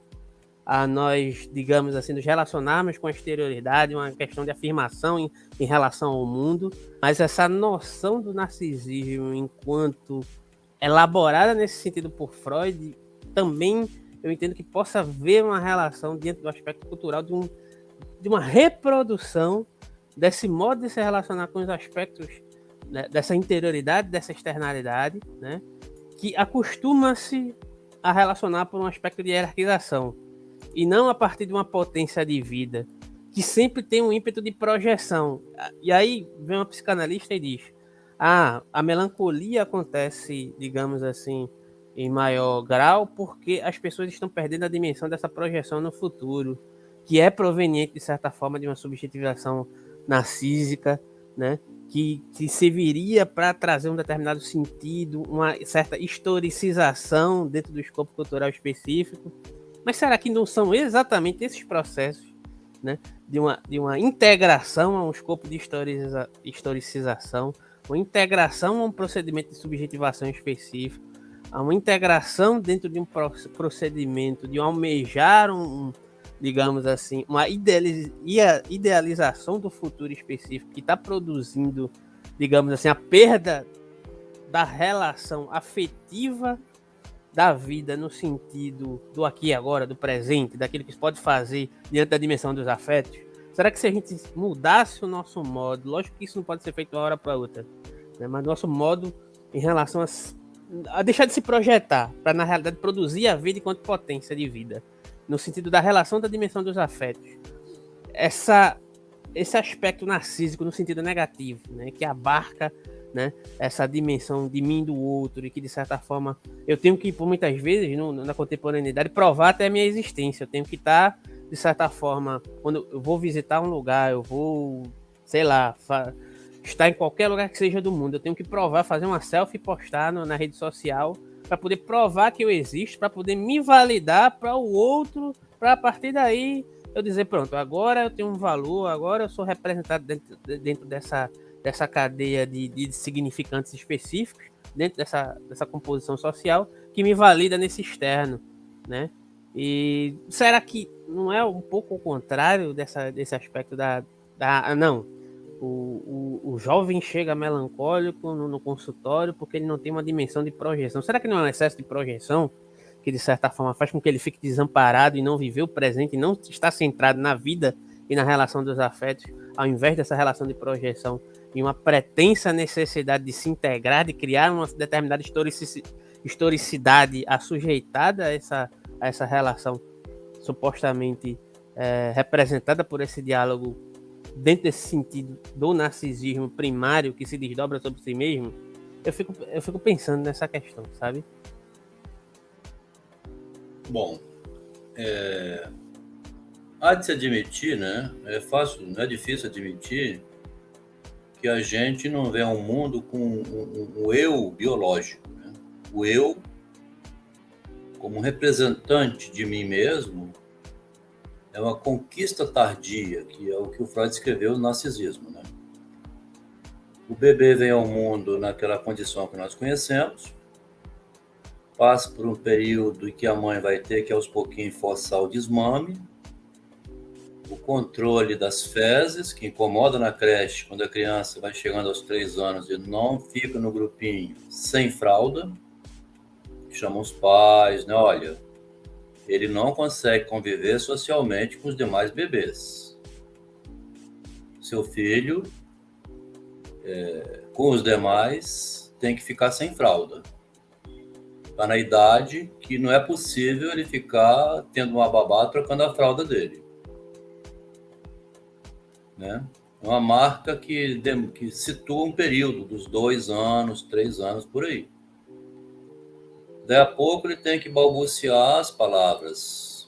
a nós, digamos assim, nos relacionarmos com a exterioridade, uma questão de afirmação em, em relação ao mundo, mas essa noção do narcisismo enquanto elaborada nesse sentido por Freud, também eu entendo que possa haver uma relação dentro do aspecto cultural de, um, de uma reprodução desse modo de se relacionar com os aspectos, né, dessa interioridade, dessa externalidade, né, que acostuma-se a relacionar por um aspecto de hierarquização e não a partir de uma potência de vida, que sempre tem um ímpeto de projeção. E aí vem uma psicanalista e diz, ah, a melancolia acontece, digamos assim, em maior grau porque as pessoas estão perdendo a dimensão dessa projeção no futuro, que é proveniente, de certa forma, de uma subjetivação narcísica, né, que, que serviria para trazer um determinado sentido, uma certa historicização dentro do escopo cultural específico. Mas será que não são exatamente esses processos, né, de, uma, de uma integração a um escopo de historiza, historicização, uma integração a um procedimento de subjetivação específico, a uma integração dentro de um procedimento de almejar um, digamos assim, uma idealização do futuro específico que está produzindo, digamos assim, a perda da relação afetiva da vida no sentido do aqui e agora, do presente, daquilo que se pode fazer diante da dimensão dos afetos? Será que se a gente mudasse o nosso modo, lógico que isso não pode ser feito de uma hora para outra, né, mas nosso modo em relação a, a deixar de se projetar, para na realidade produzir a vida enquanto potência de vida, no sentido da relação da dimensão dos afetos, essa, esse aspecto narcísico no sentido negativo, né, que abarca, né, essa dimensão de mim do outro, e que de certa forma eu tenho que, por muitas vezes, no, na contemporaneidade, provar até a minha existência. Eu tenho que estar, de certa forma, quando eu vou visitar um lugar, eu vou, sei lá, estar em qualquer lugar que seja do mundo, eu tenho que provar, fazer uma selfie e postar no, na rede social, para poder provar que eu existo, para poder me validar para o outro, para a partir daí eu dizer, pronto, agora eu tenho um valor, agora eu sou representado dentro, dentro dessa, dessa cadeia de, de significantes específicos, dentro dessa, dessa composição social, que me valida nesse externo, né? E será que não é um pouco o contrário dessa, desse aspecto da... da não, O, o, o jovem chega melancólico no, no consultório porque ele não tem uma dimensão de projeção. Será que não é um excesso de projeção que, de certa forma, faz com que ele fique desamparado e não viver o presente, e não está centrado na vida e na relação dos afetos, ao invés dessa relação de projeção e uma pretensa necessidade de se integrar, de criar uma determinada historicidade assujeitada a essa, a essa relação supostamente é, representada por esse diálogo, dentro desse sentido do narcisismo primário que se desdobra sobre si mesmo? Eu fico, eu fico pensando nessa questão, sabe? Bom, é... há de se admitir, né? É fácil, não é difícil admitir que a gente não vê um mundo com um, um, um eu biológico, né? O eu, como representante de mim mesmo, é uma conquista tardia, que é o que o Freud escreveu no narcisismo, né? O bebê vem ao mundo naquela condição que nós conhecemos, passa por um período em que a mãe vai ter que, aos pouquinhos, forçar o desmame, o controle das fezes, que incomoda na creche, quando a criança vai chegando aos três anos e não fica no grupinho sem fralda, chamam os pais, né? Olha, ele não consegue conviver socialmente com os demais bebês. Seu filho, é, com os demais, tem que ficar sem fralda. Está na idade que não é possível ele ficar tendo uma babá trocando a fralda dele. Né? Uma marca que, que situa um período dos dois anos, três anos, por aí. Daí a pouco ele tem que balbuciar as palavras.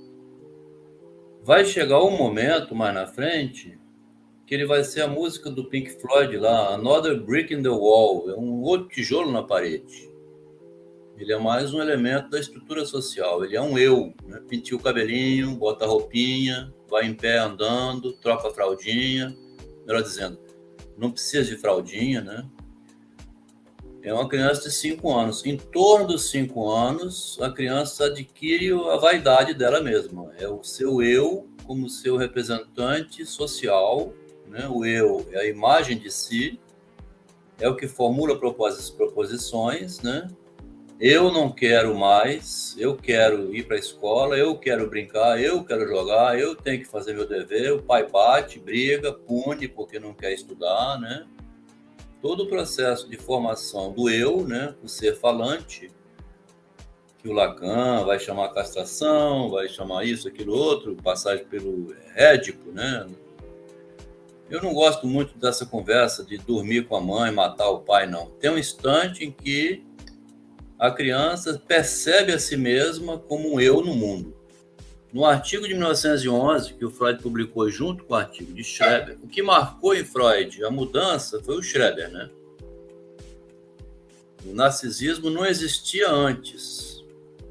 Vai chegar um momento mais na frente que ele vai ser a música do Pink Floyd lá, Another Brick in the Wall, é um outro tijolo na parede. Ele é mais um elemento da estrutura social, ele é um eu, né? Pintia o cabelinho, bota a roupinha, vai em pé andando, troca a fraldinha, melhor dizendo, não precisa de fraldinha, né? É uma criança de cinco anos. Em torno dos cinco anos, a criança adquire a vaidade dela mesma. É o seu eu como seu representante social, né? O eu é a imagem de si, é o que formula proposições, né? Eu não quero mais, eu quero ir para a escola, eu quero brincar, eu quero jogar, eu tenho que fazer meu dever. O pai bate, briga, pune porque não quer estudar, né? Todo o processo de formação do eu, né, o ser falante, que o Lacan vai chamar castração, vai chamar isso, aquilo, outro, passagem pelo Édipo, né? Eu não gosto muito dessa conversa de dormir com a mãe, matar o pai, não. Tem um instante em que a criança percebe a si mesma como um eu no mundo. No artigo de mil novecentos e onze, que o Freud publicou junto com o artigo de Schreber, o que marcou em Freud a mudança foi o Schreber, né? O narcisismo não existia antes.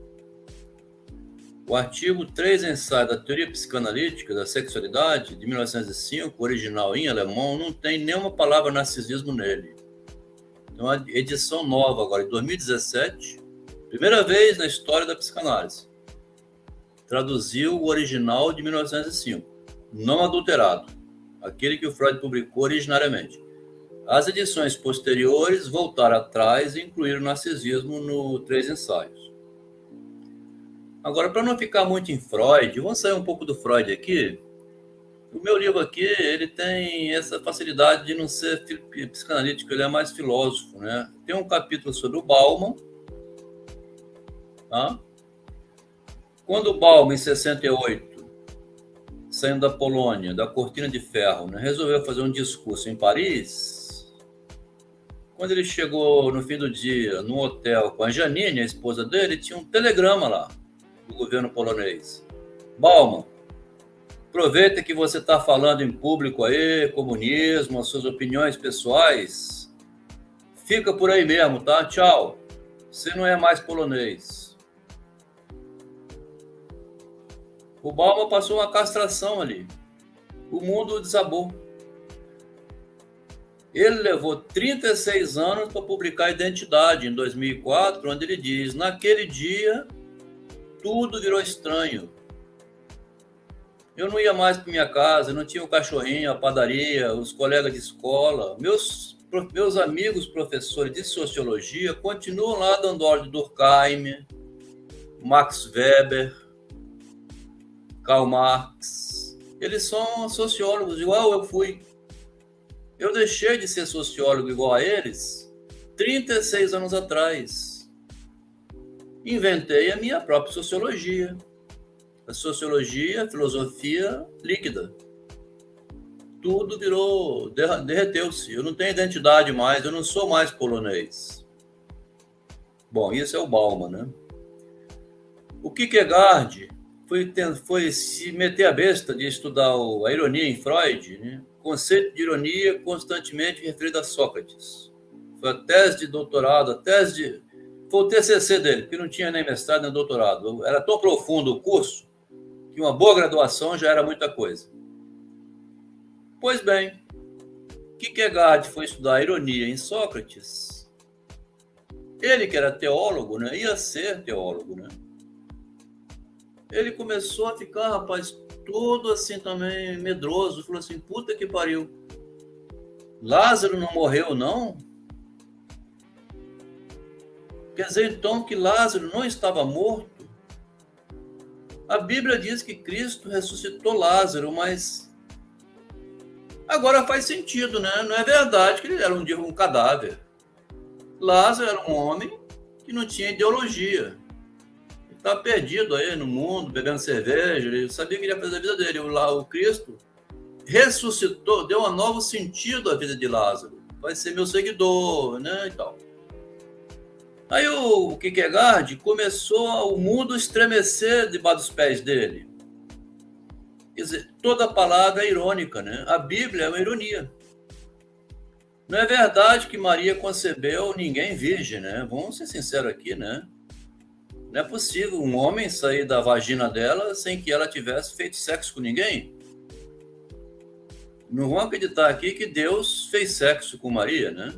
O artigo três Ensaios da Teoria Psicanalítica da Sexualidade, de mil novecentos e cinco, original em alemão, não tem nenhuma palavra narcisismo nele. Então, a edição nova agora, de dois mil e dezessete, primeira vez na história da psicanálise, traduziu o original de mil novecentos e cinco, não adulterado, aquele que o Freud publicou originariamente. As edições posteriores voltaram atrás e incluíram o narcisismo no Três Ensaios. Agora, para não ficar muito em Freud, vamos sair um pouco do Freud aqui. O meu livro aqui, ele tem essa facilidade de não ser psicanalítico, ele é mais filósofo, né? Tem um capítulo sobre o Bauman, tá? Quando o Bauman, em sessenta e oito, saindo da Polônia, da Cortina de Ferro, né, resolveu fazer um discurso em Paris, quando ele chegou no fim do dia, num hotel com a Janine, a esposa dele, tinha um telegrama lá, do governo polonês. Bauman, aproveita que você está falando em público aí, comunismo, as suas opiniões pessoais, fica por aí mesmo, tá? Tchau. Você não é mais polonês. O Bauman passou uma castração ali. O mundo desabou. Ele levou trinta e seis anos para publicar Identidade, em dois mil e quatro, onde ele diz, naquele dia, tudo virou estranho. Eu não ia mais para minha casa, não tinha o cachorrinho, a padaria, os colegas de escola. Meus, meus amigos professores de sociologia continuam lá dando aula de Durkheim, Max Weber, Karl Marx. Eles são sociólogos, igual eu fui. Eu deixei de ser sociólogo igual a eles trinta e seis anos atrás. Inventei a minha própria sociologia. A sociologia, a filosofia líquida. Tudo virou, derreteu-se. Eu não tenho identidade mais, eu não sou mais polonês. Bom, isso é o Bauman, né? O Kierkegaard Foi, foi se meter a besta de estudar o, a ironia em Freud, né? O conceito de ironia constantemente referido a Sócrates. Foi a tese de doutorado, a tese de... Foi o T C C dele, porque não tinha nem mestrado nem doutorado. Era tão profundo o curso que uma boa graduação já era muita coisa. Pois bem, Kierkegaard foi estudar a ironia em Sócrates. Ele, que era teólogo, né? Ia ser teólogo, né? Ele começou a ficar, rapaz, todo assim também medroso. Falou assim, puta que pariu. Lázaro não morreu, não? Quer dizer, então, que Lázaro não estava morto? A Bíblia diz que Cristo ressuscitou Lázaro, mas... Agora faz sentido, né? Não é verdade que ele era um dia um cadáver. Lázaro era um homem que não tinha ideologia. Estava perdido aí no mundo, bebendo cerveja, ele sabia que ele ia fazer a vida dele. Lá, o Cristo ressuscitou, deu um novo sentido à vida de Lázaro. Vai ser meu seguidor, né, e tal. Aí o Kierkegaard começou o mundo a estremecer debaixo dos pés dele. Quer dizer, toda palavra é irônica, né? A Bíblia é uma ironia. Não é verdade que Maria concebeu ninguém virgem, né? Vamos ser sinceros aqui, né? Não é possível um homem sair da vagina dela sem que ela tivesse feito sexo com ninguém. Não vão acreditar aqui que Deus fez sexo com Maria, né?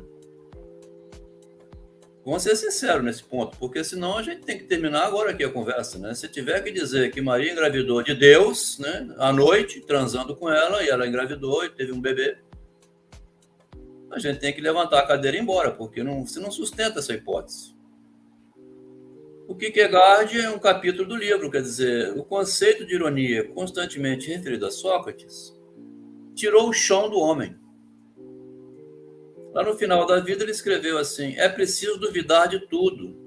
Vamos ser sinceros nesse ponto, porque senão a gente tem que terminar agora aqui a conversa, né? Se tiver que dizer que Maria engravidou de Deus, né, à noite, transando com ela, e ela engravidou e teve um bebê, a gente tem que levantar a cadeira e ir embora, porque não, se não sustenta essa hipótese. O Kierkegaard é um capítulo do livro, quer dizer, o conceito de ironia constantemente referido a Sócrates tirou o chão do homem. Lá no final da vida ele escreveu assim, é preciso duvidar de tudo.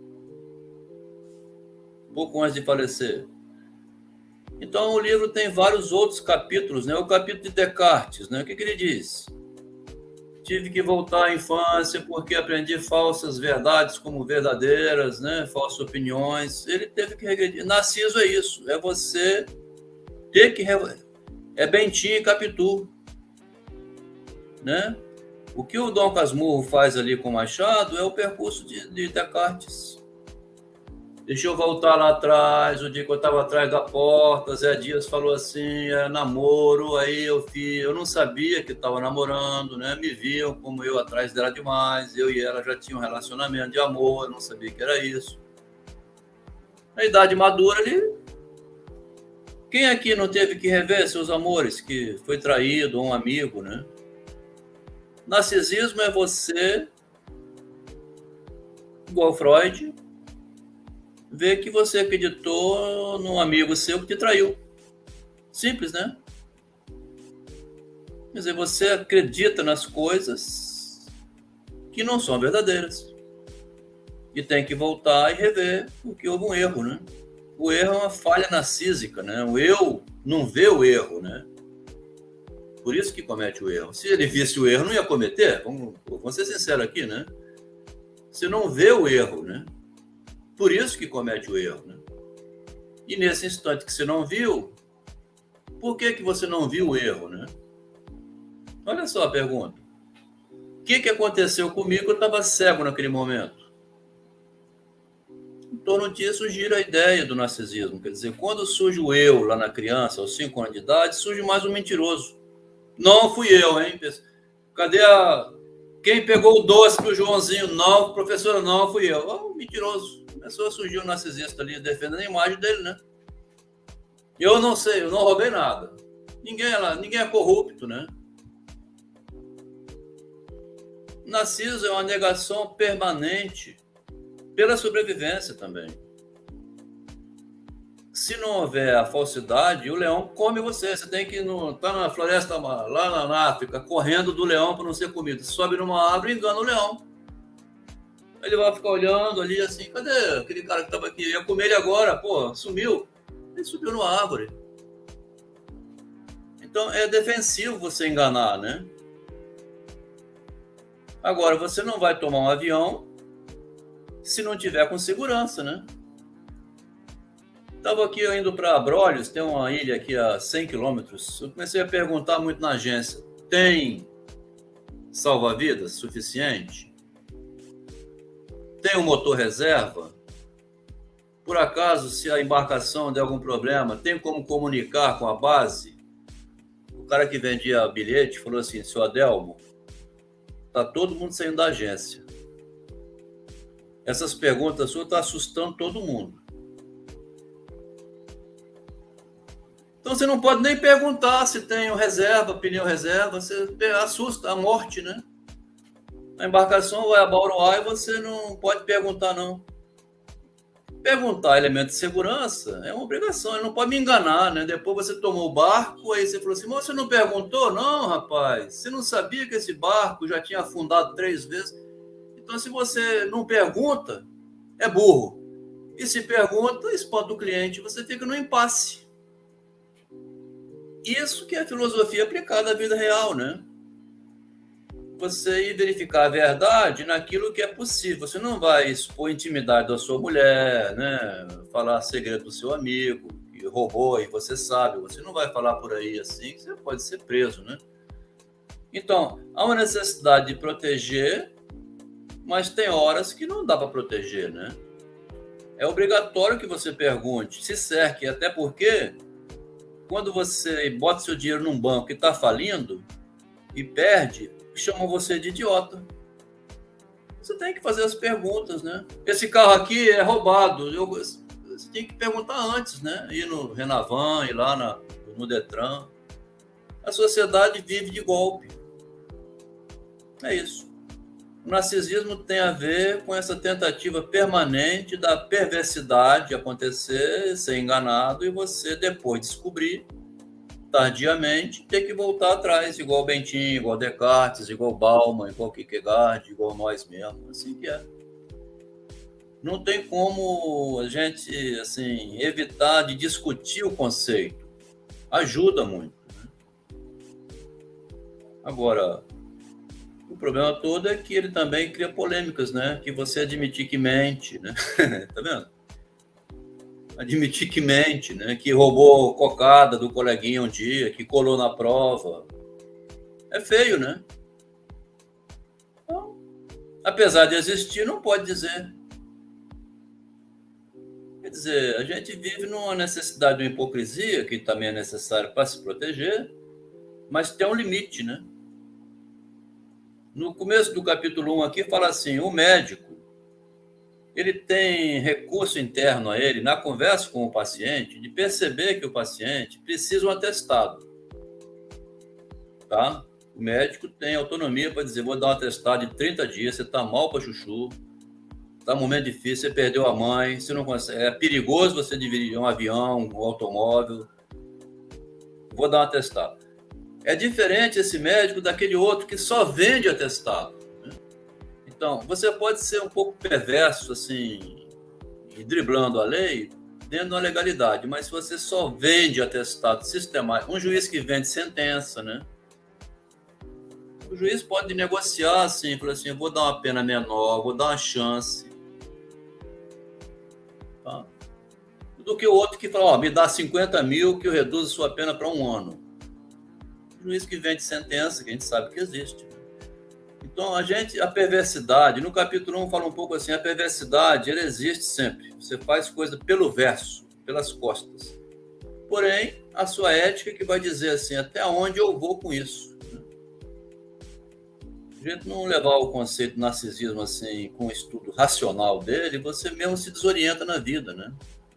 Pouco antes de falecer. Então o livro tem vários outros capítulos, né? O capítulo de Descartes, né? O que, que ele diz? Tive que voltar à infância porque aprendi falsas verdades como verdadeiras, né? Falsas opiniões. Ele teve que regredir. Narciso é isso, é você Ter que... É Bentinho e Capitu, né? O que o Dom Casmurro faz ali com o Machado é o percurso de, de Descartes. Deixa eu voltar lá atrás, o dia que eu estava atrás da porta, Zé Dias falou assim, era namoro, aí eu fiz, eu não sabia que estava namorando, né? Me viam como eu atrás dela demais, eu e ela já tinham um relacionamento de amor, eu não sabia que era isso. Na idade madura ali, quem aqui não teve que rever seus amores, que foi traído, um amigo, né? Narcisismo é você, igual Freud, ver que você acreditou num amigo seu que te traiu. Simples, né? Quer dizer, você acredita nas coisas que não são verdadeiras. E tem que voltar e rever, porque houve um erro, né? O erro é uma falha narcísica, né? O eu não vê o erro, né? Por isso que comete o erro. Se ele visse o erro, não ia cometer. Vamos, vamos ser sinceros aqui, né? Você não vê o erro, né? Por isso que comete o erro, né? E nesse instante que você não viu, por que que você não viu o erro, né? Olha só a pergunta. O que que aconteceu comigo? Eu estava cego naquele momento. Em torno disso gira a ideia do narcisismo. Quer dizer, quando surge o eu lá na criança, aos cinco anos de idade, surge mais um mentiroso. Não fui eu, hein? Cadê a... Quem pegou o doce do Joãozinho? Não, professora, não fui eu. Oh, mentiroso. Começou a surgir o narcisista ali, defendendo a imagem dele, né? Eu não sei, eu não roubei nada. Ninguém é, lá, ninguém é corrupto, né? Narciso é uma negação permanente pela sobrevivência também. Se não houver a falsidade, o leão come você. Você tem que estar tá na floresta, lá na África, correndo do leão para não ser comido. Você sobe numa árvore e engana o leão. Ele vai ficar olhando ali assim, cadê aquele cara que estava aqui? Eu ia comer ele agora, pô, sumiu. Ele subiu numa árvore. Então é defensivo você enganar, né? Agora, você não vai tomar um avião se não tiver com segurança, né? Estava aqui eu indo para Abrolhos, tem uma ilha aqui a cem quilômetros. Eu comecei a perguntar muito na agência: tem salva-vidas suficiente? Tem um motor reserva? Por acaso, se a embarcação der algum problema, tem como comunicar com a base? O cara que vendia bilhete falou assim: seu Adelmo, tá todo mundo saindo da agência. Essas perguntas suas estão assustando todo mundo. Então você não pode nem perguntar se tem reserva, pneu reserva, você assusta a morte, né? A embarcação vai a Bauruá e você não pode perguntar, não. Perguntar elemento de segurança é uma obrigação, ele não pode me enganar, né? Depois você tomou o barco, aí você falou assim: mas você não perguntou? Não, rapaz, você não sabia que esse barco já tinha afundado três vezes. Então, se você não pergunta, é burro. E se pergunta, espanta o cliente, você fica no impasse. Isso que é a filosofia aplicada à vida real, né? Você ir verificar a verdade naquilo que é possível. Você não vai expor a intimidade da sua mulher, né? Falar segredo do seu amigo, que roubou e você sabe. Você não vai falar por aí assim, você pode ser preso, né? Então, há uma necessidade de proteger, mas tem horas que não dá para proteger, né? É obrigatório que você pergunte, se cerque, até porque quando você bota seu dinheiro num banco que está falindo e perde, chamam você de idiota. Você tem que fazer as perguntas, né? Esse carro aqui é roubado. Eu, você tem que perguntar antes, né? Ir no Renavan, ir lá na, no Detran. A sociedade vive de golpe. É isso. O narcisismo tem a ver com essa tentativa permanente da perversidade acontecer, ser enganado e você depois descobrir, tardiamente, ter que voltar atrás, igual Bentinho, igual Descartes, igual Bauman, igual Kierkegaard, igual nós mesmos, assim que é. Não tem como a gente, assim, evitar de discutir o conceito. Ajuda muito, né? Agora, o problema todo é que ele também cria polêmicas, né? Que você admitir que mente, né? Tá vendo? admitir que mente, né? Que roubou cocada do coleguinha um dia, que colou na prova. É feio, né? Então, apesar de existir, não pode dizer. Quer dizer, a gente vive numa necessidade de uma hipocrisia, que também é necessária para se proteger, mas tem um limite, né? No começo do capítulo um aqui fala assim, o médico, ele tem recurso interno a ele, na conversa com o paciente, de perceber que o paciente precisa de um atestado. Tá? O médico tem autonomia para dizer, vou dar um atestado de trinta dias, você está mal para chuchu, está num momento difícil, você perdeu a mãe, você não consegue, é perigoso você dirigir um avião, um automóvel, vou dar um atestado. É diferente esse médico daquele outro que só vende atestado. Né? Então, você pode ser um pouco perverso, assim, e driblando a lei dentro da legalidade, mas se você só vende atestado sistemático, um juiz que vende sentença, né? O juiz pode negociar assim, falar assim, eu vou dar uma pena menor, vou dar uma chance. Tá? Do que o outro que fala, ó, me dá cinquenta mil que eu reduzo a sua pena para um ano. O juiz que vende sentença, que a gente sabe que existe. Então, a gente, a perversidade, no capítulo um fala um pouco assim, a perversidade, ela existe sempre. Você faz coisa pelo verso, pelas costas. Porém, a sua ética que vai dizer assim, até onde eu vou com isso. A gente não levar o conceito de narcisismo assim, com o estudo racional dele, você mesmo se desorienta na vida, né?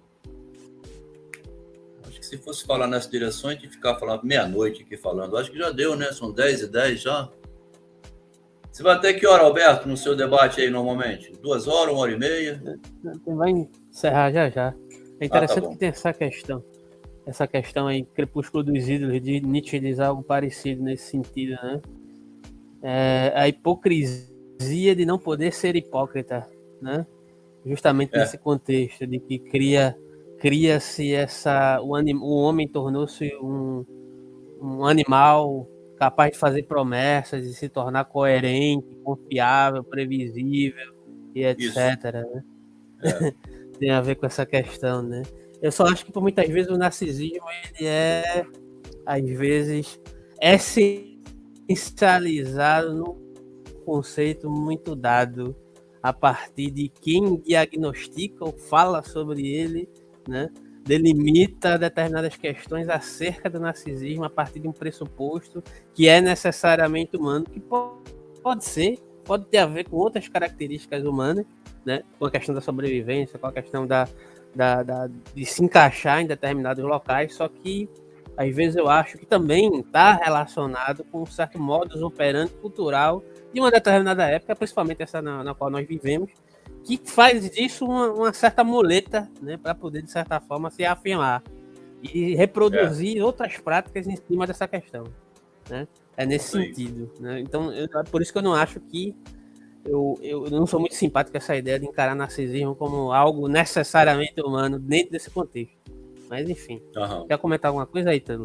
Acho que se fosse falar nessa direção, a gente ficar falando meia-noite aqui falando. Acho que já deu, né? São dez e dez já. Você vai até que hora, Alberto, no seu debate aí normalmente? Duas horas, uma hora e meia? Vai encerrar já já. É interessante ah, tá que tem essa questão. Essa questão aí, Crepúsculo dos Ídolos, de Nietzsche diz algo parecido nesse sentido, né? É a hipocrisia de não poder ser hipócrita, né? Justamente é. nesse contexto de que cria, cria-se essa... O, anim, o homem tornou-se um, um animal capaz de fazer promessas e se tornar coerente, confiável, previsível e etcétera. Né? É. Tem a ver com essa questão, né? Eu só acho que por muitas vezes o narcisismo ele é, às vezes, essencializado num conceito muito dado a partir de quem diagnostica ou fala sobre ele, né? Delimita determinadas questões acerca do narcisismo a partir de um pressuposto que é necessariamente humano, que pode ser, pode ter a ver com outras características humanas, né? Com a questão da sobrevivência, com a questão da, da, da, de se encaixar em determinados locais, só que às vezes eu acho que também está relacionado com um certo modus operandi cultural de uma determinada época, principalmente essa na, na qual nós vivemos, que faz disso uma, uma certa muleta, né, para poder, de certa forma, se afirmar e reproduzir é. outras práticas em cima dessa questão. Né? É nesse Sim. sentido. Né? Então, eu, é por isso que eu não acho que eu, eu não sou muito simpático com essa ideia de encarar narcisismo como algo necessariamente humano dentro desse contexto. Mas, enfim. Uhum. Quer comentar alguma coisa aí, Tano?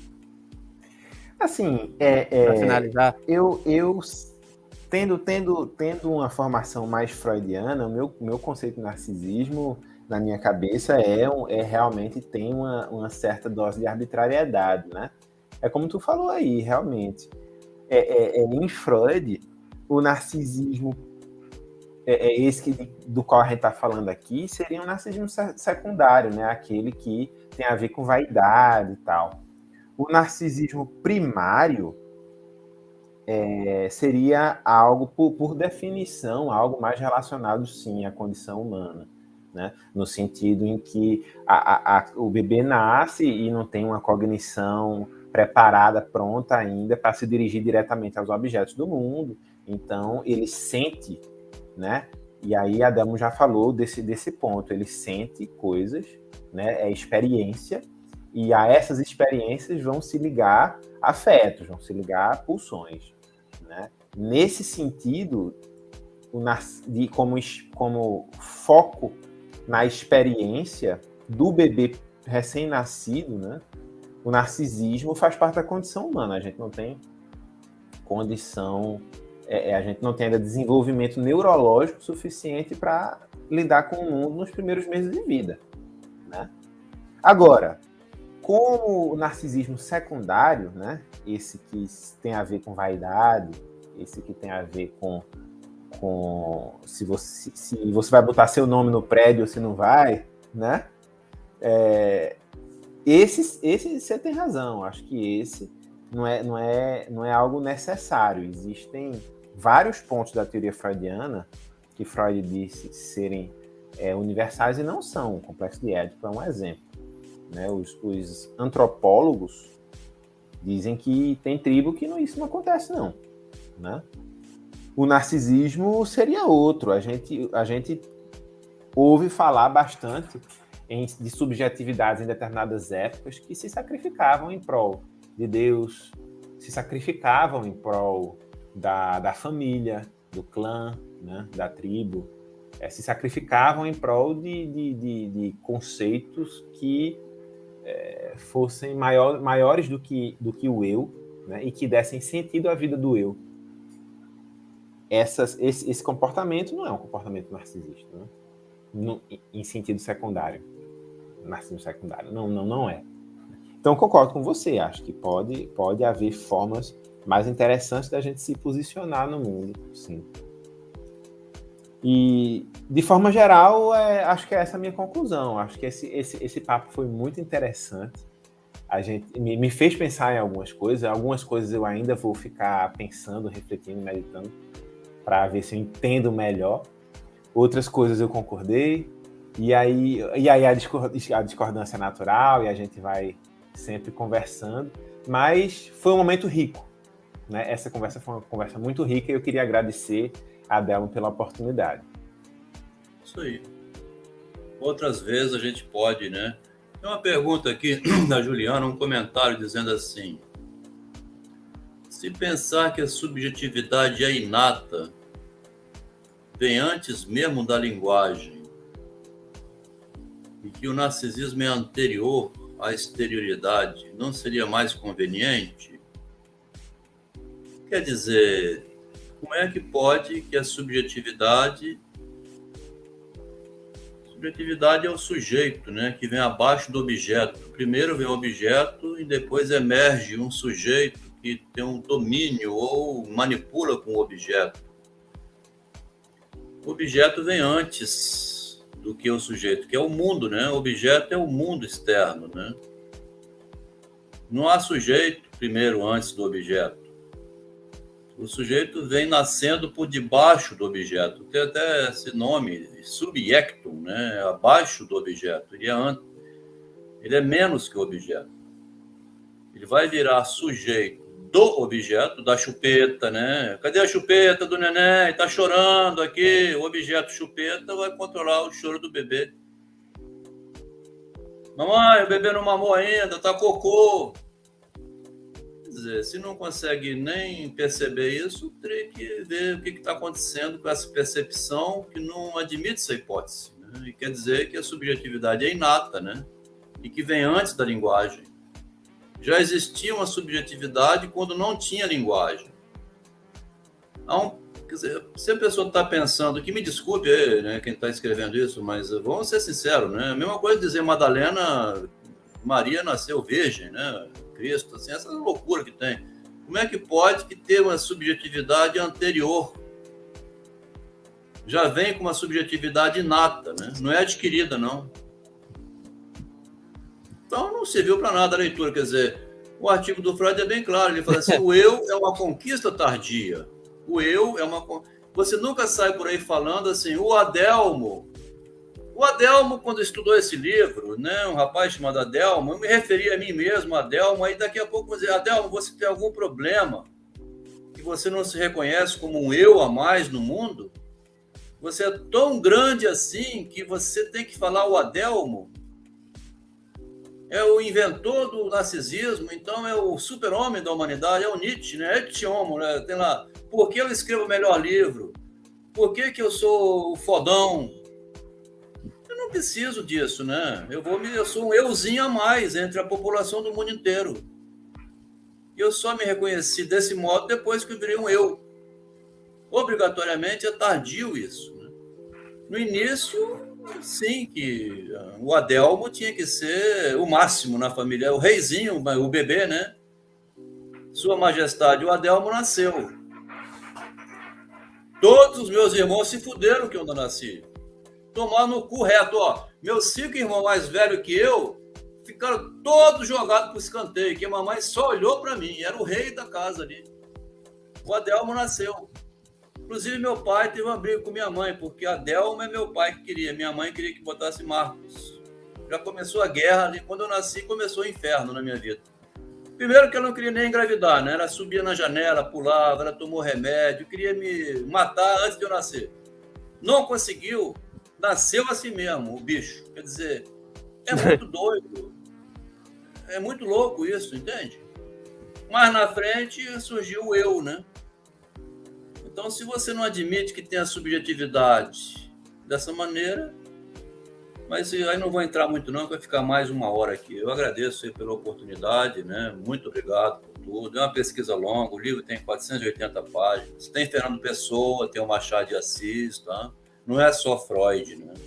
Assim, é, é, para finalizar. Eu... eu... Tendo, tendo, tendo uma formação mais freudiana, o meu, meu conceito de narcisismo, na minha cabeça, é, um, é realmente tem uma, uma certa dose de arbitrariedade, né? É como tu falou aí, realmente. É, é, é, em Freud, o narcisismo, é, é esse que, do qual a gente está falando aqui, seria um narcisismo secundário, né? Aquele que tem a ver com vaidade e tal. O narcisismo primário, É, seria algo, por, por definição, algo mais relacionado, sim, à condição humana, né? No sentido em que a, a, a, o bebê nasce e não tem uma cognição preparada, pronta ainda para se dirigir diretamente aos objetos do mundo, então ele sente, né? E aí Adamo já falou desse, desse ponto, ele sente coisas, né? É experiência, e a essas experiências vão se ligar afetos, vão se ligar pulsões. Né? Nesse sentido, o nas... de, como, como foco na experiência do bebê recém-nascido, né? O narcisismo faz parte da condição humana. A gente não tem condição, é, a gente não tem ainda desenvolvimento neurológico suficiente para lidar com o mundo nos primeiros meses de vida. né? Agora, como o narcisismo secundário, né? Esse que tem a ver com vaidade, esse que tem a ver com, com se, você, se você vai botar seu nome no prédio ou se não vai, né? É, esse, esse você tem razão. Acho que esse não é, não é, não é algo necessário. Existem vários pontos da teoria freudiana que Freud disse serem é, universais e não são. O complexo de Édipo é um exemplo. Né? Os, os antropólogos dizem que tem tribo que não, isso não acontece, não. Né? O narcisismo seria outro. A gente, a gente ouve falar bastante em, de subjetividades em determinadas épocas que se sacrificavam em prol de Deus, se sacrificavam em prol da, da família, do clã, né? Da tribo, é, se sacrificavam em prol de, de, de, de conceitos que É, fossem maior, maiores do que, do que o eu, né, e que dessem sentido à vida do eu. Essas, esse, esse comportamento não é um comportamento narcisista, né? No, em sentido secundário. Narcisismo secundário. Não, não, não é. Então, concordo com você. Acho que pode, pode haver formas mais interessantes da gente se posicionar no mundo, sim. E, de forma geral, é, acho que é essa a minha conclusão. Acho que esse, esse, esse papo foi muito interessante. A gente, me, me fez pensar em algumas coisas. Algumas coisas eu ainda vou ficar pensando, refletindo, meditando, para ver se eu entendo melhor. Outras coisas eu concordei. E aí, e aí a, discordância, a discordância é natural e a gente vai sempre conversando. Mas foi um momento rico, né? Essa conversa foi uma conversa muito rica e eu queria agradecer a Adelmo pela oportunidade. Isso aí. Outras vezes a gente pode, né? Tem uma pergunta aqui da Juliana, um comentário dizendo assim: se pensar que a subjetividade é inata, vem antes mesmo da linguagem, e que o narcisismo é anterior à exterioridade, não seria mais conveniente? Quer dizer, como é que pode que a subjetividade... Subjetividade é o sujeito, né, que vem abaixo do objeto. Primeiro vem o objeto e depois emerge um sujeito que tem um domínio ou manipula com o objeto. O objeto vem antes do que o sujeito, que é o mundo, né? O objeto é o mundo externo, né? Não há sujeito primeiro antes do objeto. O sujeito vem nascendo por debaixo do objeto. Tem até esse nome, subjectum, né? Abaixo do objeto. Ele é, an... Ele é menos que o objeto. Ele vai virar sujeito do objeto, da chupeta, né? Cadê a chupeta do neném? Tá chorando aqui. O objeto chupeta vai controlar o choro do bebê. Mamãe, o bebê não mamou ainda, tá cocô. Dizer, se não consegue nem perceber isso, teria que ver o que está acontecendo com essa percepção que não admite essa hipótese, né? E quer dizer que a subjetividade é inata, né? E que vem antes da linguagem. Já existia uma subjetividade quando não tinha linguagem. Então, quer dizer, se a pessoa está pensando, que me desculpe, né, quem está escrevendo isso, mas vamos ser sinceros, né? A mesma coisa dizer Madalena, Maria nasceu virgem, né? Cristo, assim, essa loucura que tem. Como é que pode que ter uma subjetividade anterior? Já vem com uma subjetividade inata, né? Não é adquirida, não. Então não serviu para nada a leitura, quer dizer, o artigo do Freud é bem claro, ele fala assim, o eu é uma conquista tardia. O eu é uma... Você nunca sai por aí falando assim, o Adelmo... O Adelmo, quando estudou esse livro, né, um rapaz chamado Adelmo, eu me referi a mim mesmo, Adelmo, aí daqui a pouco eu vou dizer, Adelmo, você tem algum problema que você não se reconhece como um eu a mais no mundo? Você é tão grande assim que você tem que falar o Adelmo? É o inventor do narcisismo, então é o super-homem da humanidade, é o Nietzsche, né? Et homo, né? Tem lá, por que eu escrevo o melhor livro? Por que que eu sou o fodão? Não preciso disso, né? Eu, vou, eu sou um euzinho a mais entre a população do mundo inteiro. E eu só me reconheci desse modo depois que eu virei um eu. Obrigatoriamente é tardio isso, né? No início, sim, que o Adelmo tinha que ser o máximo na família, o reizinho, o bebê, né? Sua Majestade, o Adelmo nasceu. Todos os meus irmãos se fuderam que eu não nasci. Tomaram no cu reto, ó. Meus cinco irmãos mais velhos que eu ficaram todos jogados pro escanteio, que a mamãe só olhou para mim, era o rei da casa ali. O Adelmo nasceu. Inclusive, meu pai teve uma briga com minha mãe, porque Adelmo é meu pai que queria. Minha mãe queria que botasse Marcos. Já começou a guerra ali. Quando eu nasci, começou o inferno na minha vida. Primeiro que eu não queria nem engravidar, né? Ela subia na janela, pulava, ela tomou remédio, queria me matar antes de eu nascer. Não conseguiu, nasceu assim mesmo, o bicho. Quer dizer, é muito doido. É muito louco isso, entende? Mas na frente surgiu o eu, né? Então, se você não admite que tem a subjetividade dessa maneira, mas aí não vou entrar muito não, que vai ficar mais uma hora aqui. Eu agradeço aí pela oportunidade, né? Muito obrigado por tudo. É uma pesquisa longa, o livro tem quatrocentas e oitenta páginas. Tem Fernando Pessoa, tem o Machado de Assis, tá? Não é só Freud, né?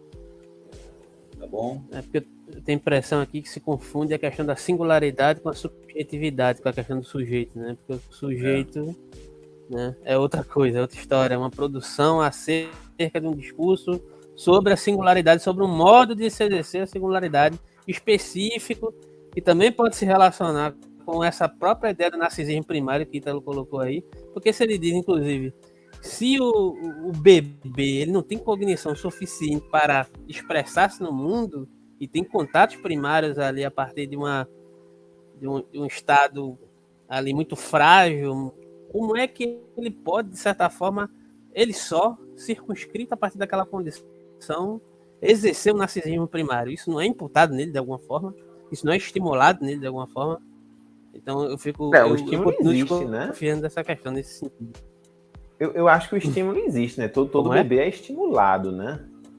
Tá bom? É porque eu tenho a impressão aqui que se confunde a questão da singularidade com a subjetividade, com a questão do sujeito, né? Porque o sujeito... É. Né? É outra coisa, é outra história, é uma produção acerca de um discurso sobre a singularidade, sobre um modo de se exercer a singularidade específico, que também pode se relacionar com essa própria ideia do narcisismo primário que Ítalo colocou aí, porque se ele diz, inclusive, se o, o bebê ele não tem cognição suficiente para expressar-se no mundo e tem contatos primários ali a partir de, uma, de, um, de um estado ali muito frágil, como é que ele pode, de certa forma, ele só, circunscrito a partir daquela condição, exercer o narcisismo primário? Isso não é imputado nele de alguma forma? Isso não é estimulado nele de alguma forma? Então eu fico... É, eu, o estímulo eu existe, né? Confiando nessa questão, nesse sentido. Eu, eu acho que o estímulo existe, né? Todo, todo bebê é? é estimulado, né?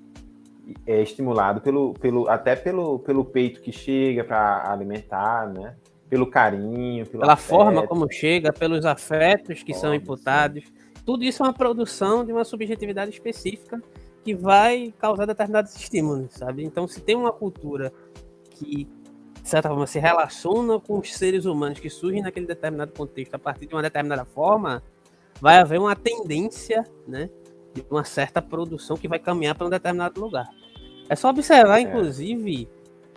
É estimulado pelo, pelo, até pelo, pelo peito que chega para alimentar, né? Pelo carinho, pelo pela afeto. forma como chega, pelos afetos que Óbvio, são imputados. Sim. Tudo isso é uma produção de uma subjetividade específica que vai causar determinados estímulos, sabe? Então, se tem uma cultura que, de certa forma, se relaciona com os seres humanos que surgem naquele determinado contexto a partir de uma determinada forma, vai haver uma tendência, né, de uma certa produção que vai caminhar para um determinado lugar. É só observar, é. inclusive,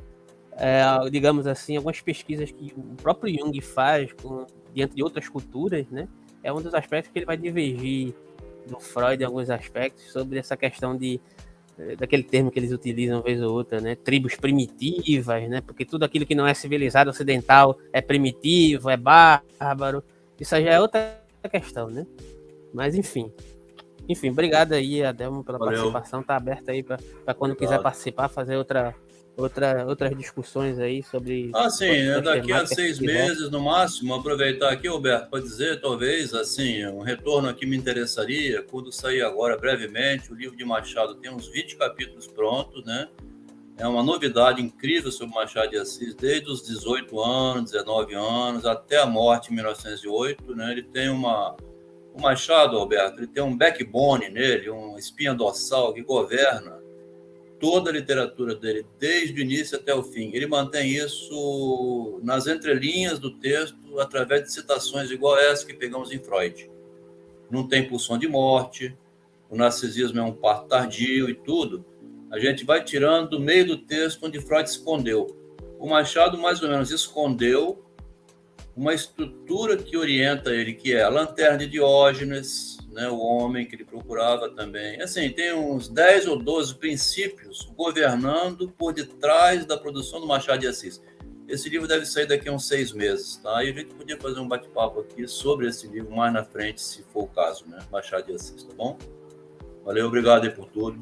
é, digamos assim, algumas pesquisas que o próprio Jung faz com, diante de outras culturas, né? É um dos aspectos que ele vai divergir do Freud em alguns aspectos sobre essa questão de daquele termo que eles utilizam uma vez ou outra, né? Tribos primitivas, né? Porque tudo aquilo que não é civilizado ocidental é primitivo, é bárbaro. Isso já é outra questão, né? Mas enfim. Enfim, obrigado aí, Adelmo, pela Valeu. participação. Tá aberto aí para quando Obrigado. quiser participar, fazer outra, outra, outras discussões aí sobre... Ah, sim, daqui a seis meses, no máximo, aproveitar aqui, Roberto, para dizer, talvez, assim, um retorno aqui me interessaria, quando sair agora, brevemente, o livro de Machado tem uns vinte capítulos prontos, né? É uma novidade incrível sobre Machado de Assis, desde os dezoito anos, dezenove anos, até a morte em mil novecentos e oito, né? Ele tem uma... O Machado, Alberto, ele tem um backbone nele, uma espinha dorsal que governa toda a literatura dele, desde o início até o fim. Ele mantém isso nas entrelinhas do texto, através de citações igual essa que pegamos em Freud. Não tem pulsão de morte, o narcisismo é um parto tardio e tudo. A gente vai tirando do meio do texto onde Freud escondeu. O Machado, mais ou menos, escondeu uma estrutura que orienta ele, que é a lanterna de Diógenes, né, o homem que ele procurava também. Assim, tem uns dez ou doze princípios governando por detrás da produção do Machado de Assis. Esse livro deve sair daqui a uns seis meses, tá? E a gente podia fazer um bate-papo aqui sobre esse livro mais na frente, se for o caso, né? Machado de Assis, tá bom? Valeu, obrigado aí por tudo.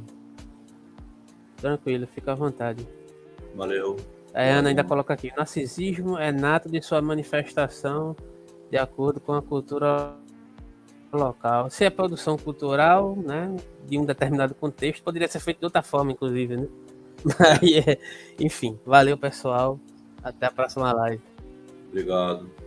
Tranquilo, fica à vontade. Valeu. A Ana ainda coloca aqui, o narcisismo é nato de sua manifestação de acordo com a cultura local. Se é produção cultural, né, de um determinado contexto, poderia ser feito de outra forma, inclusive, né? Mas, é, enfim, valeu, pessoal. Até a próxima live. Obrigado.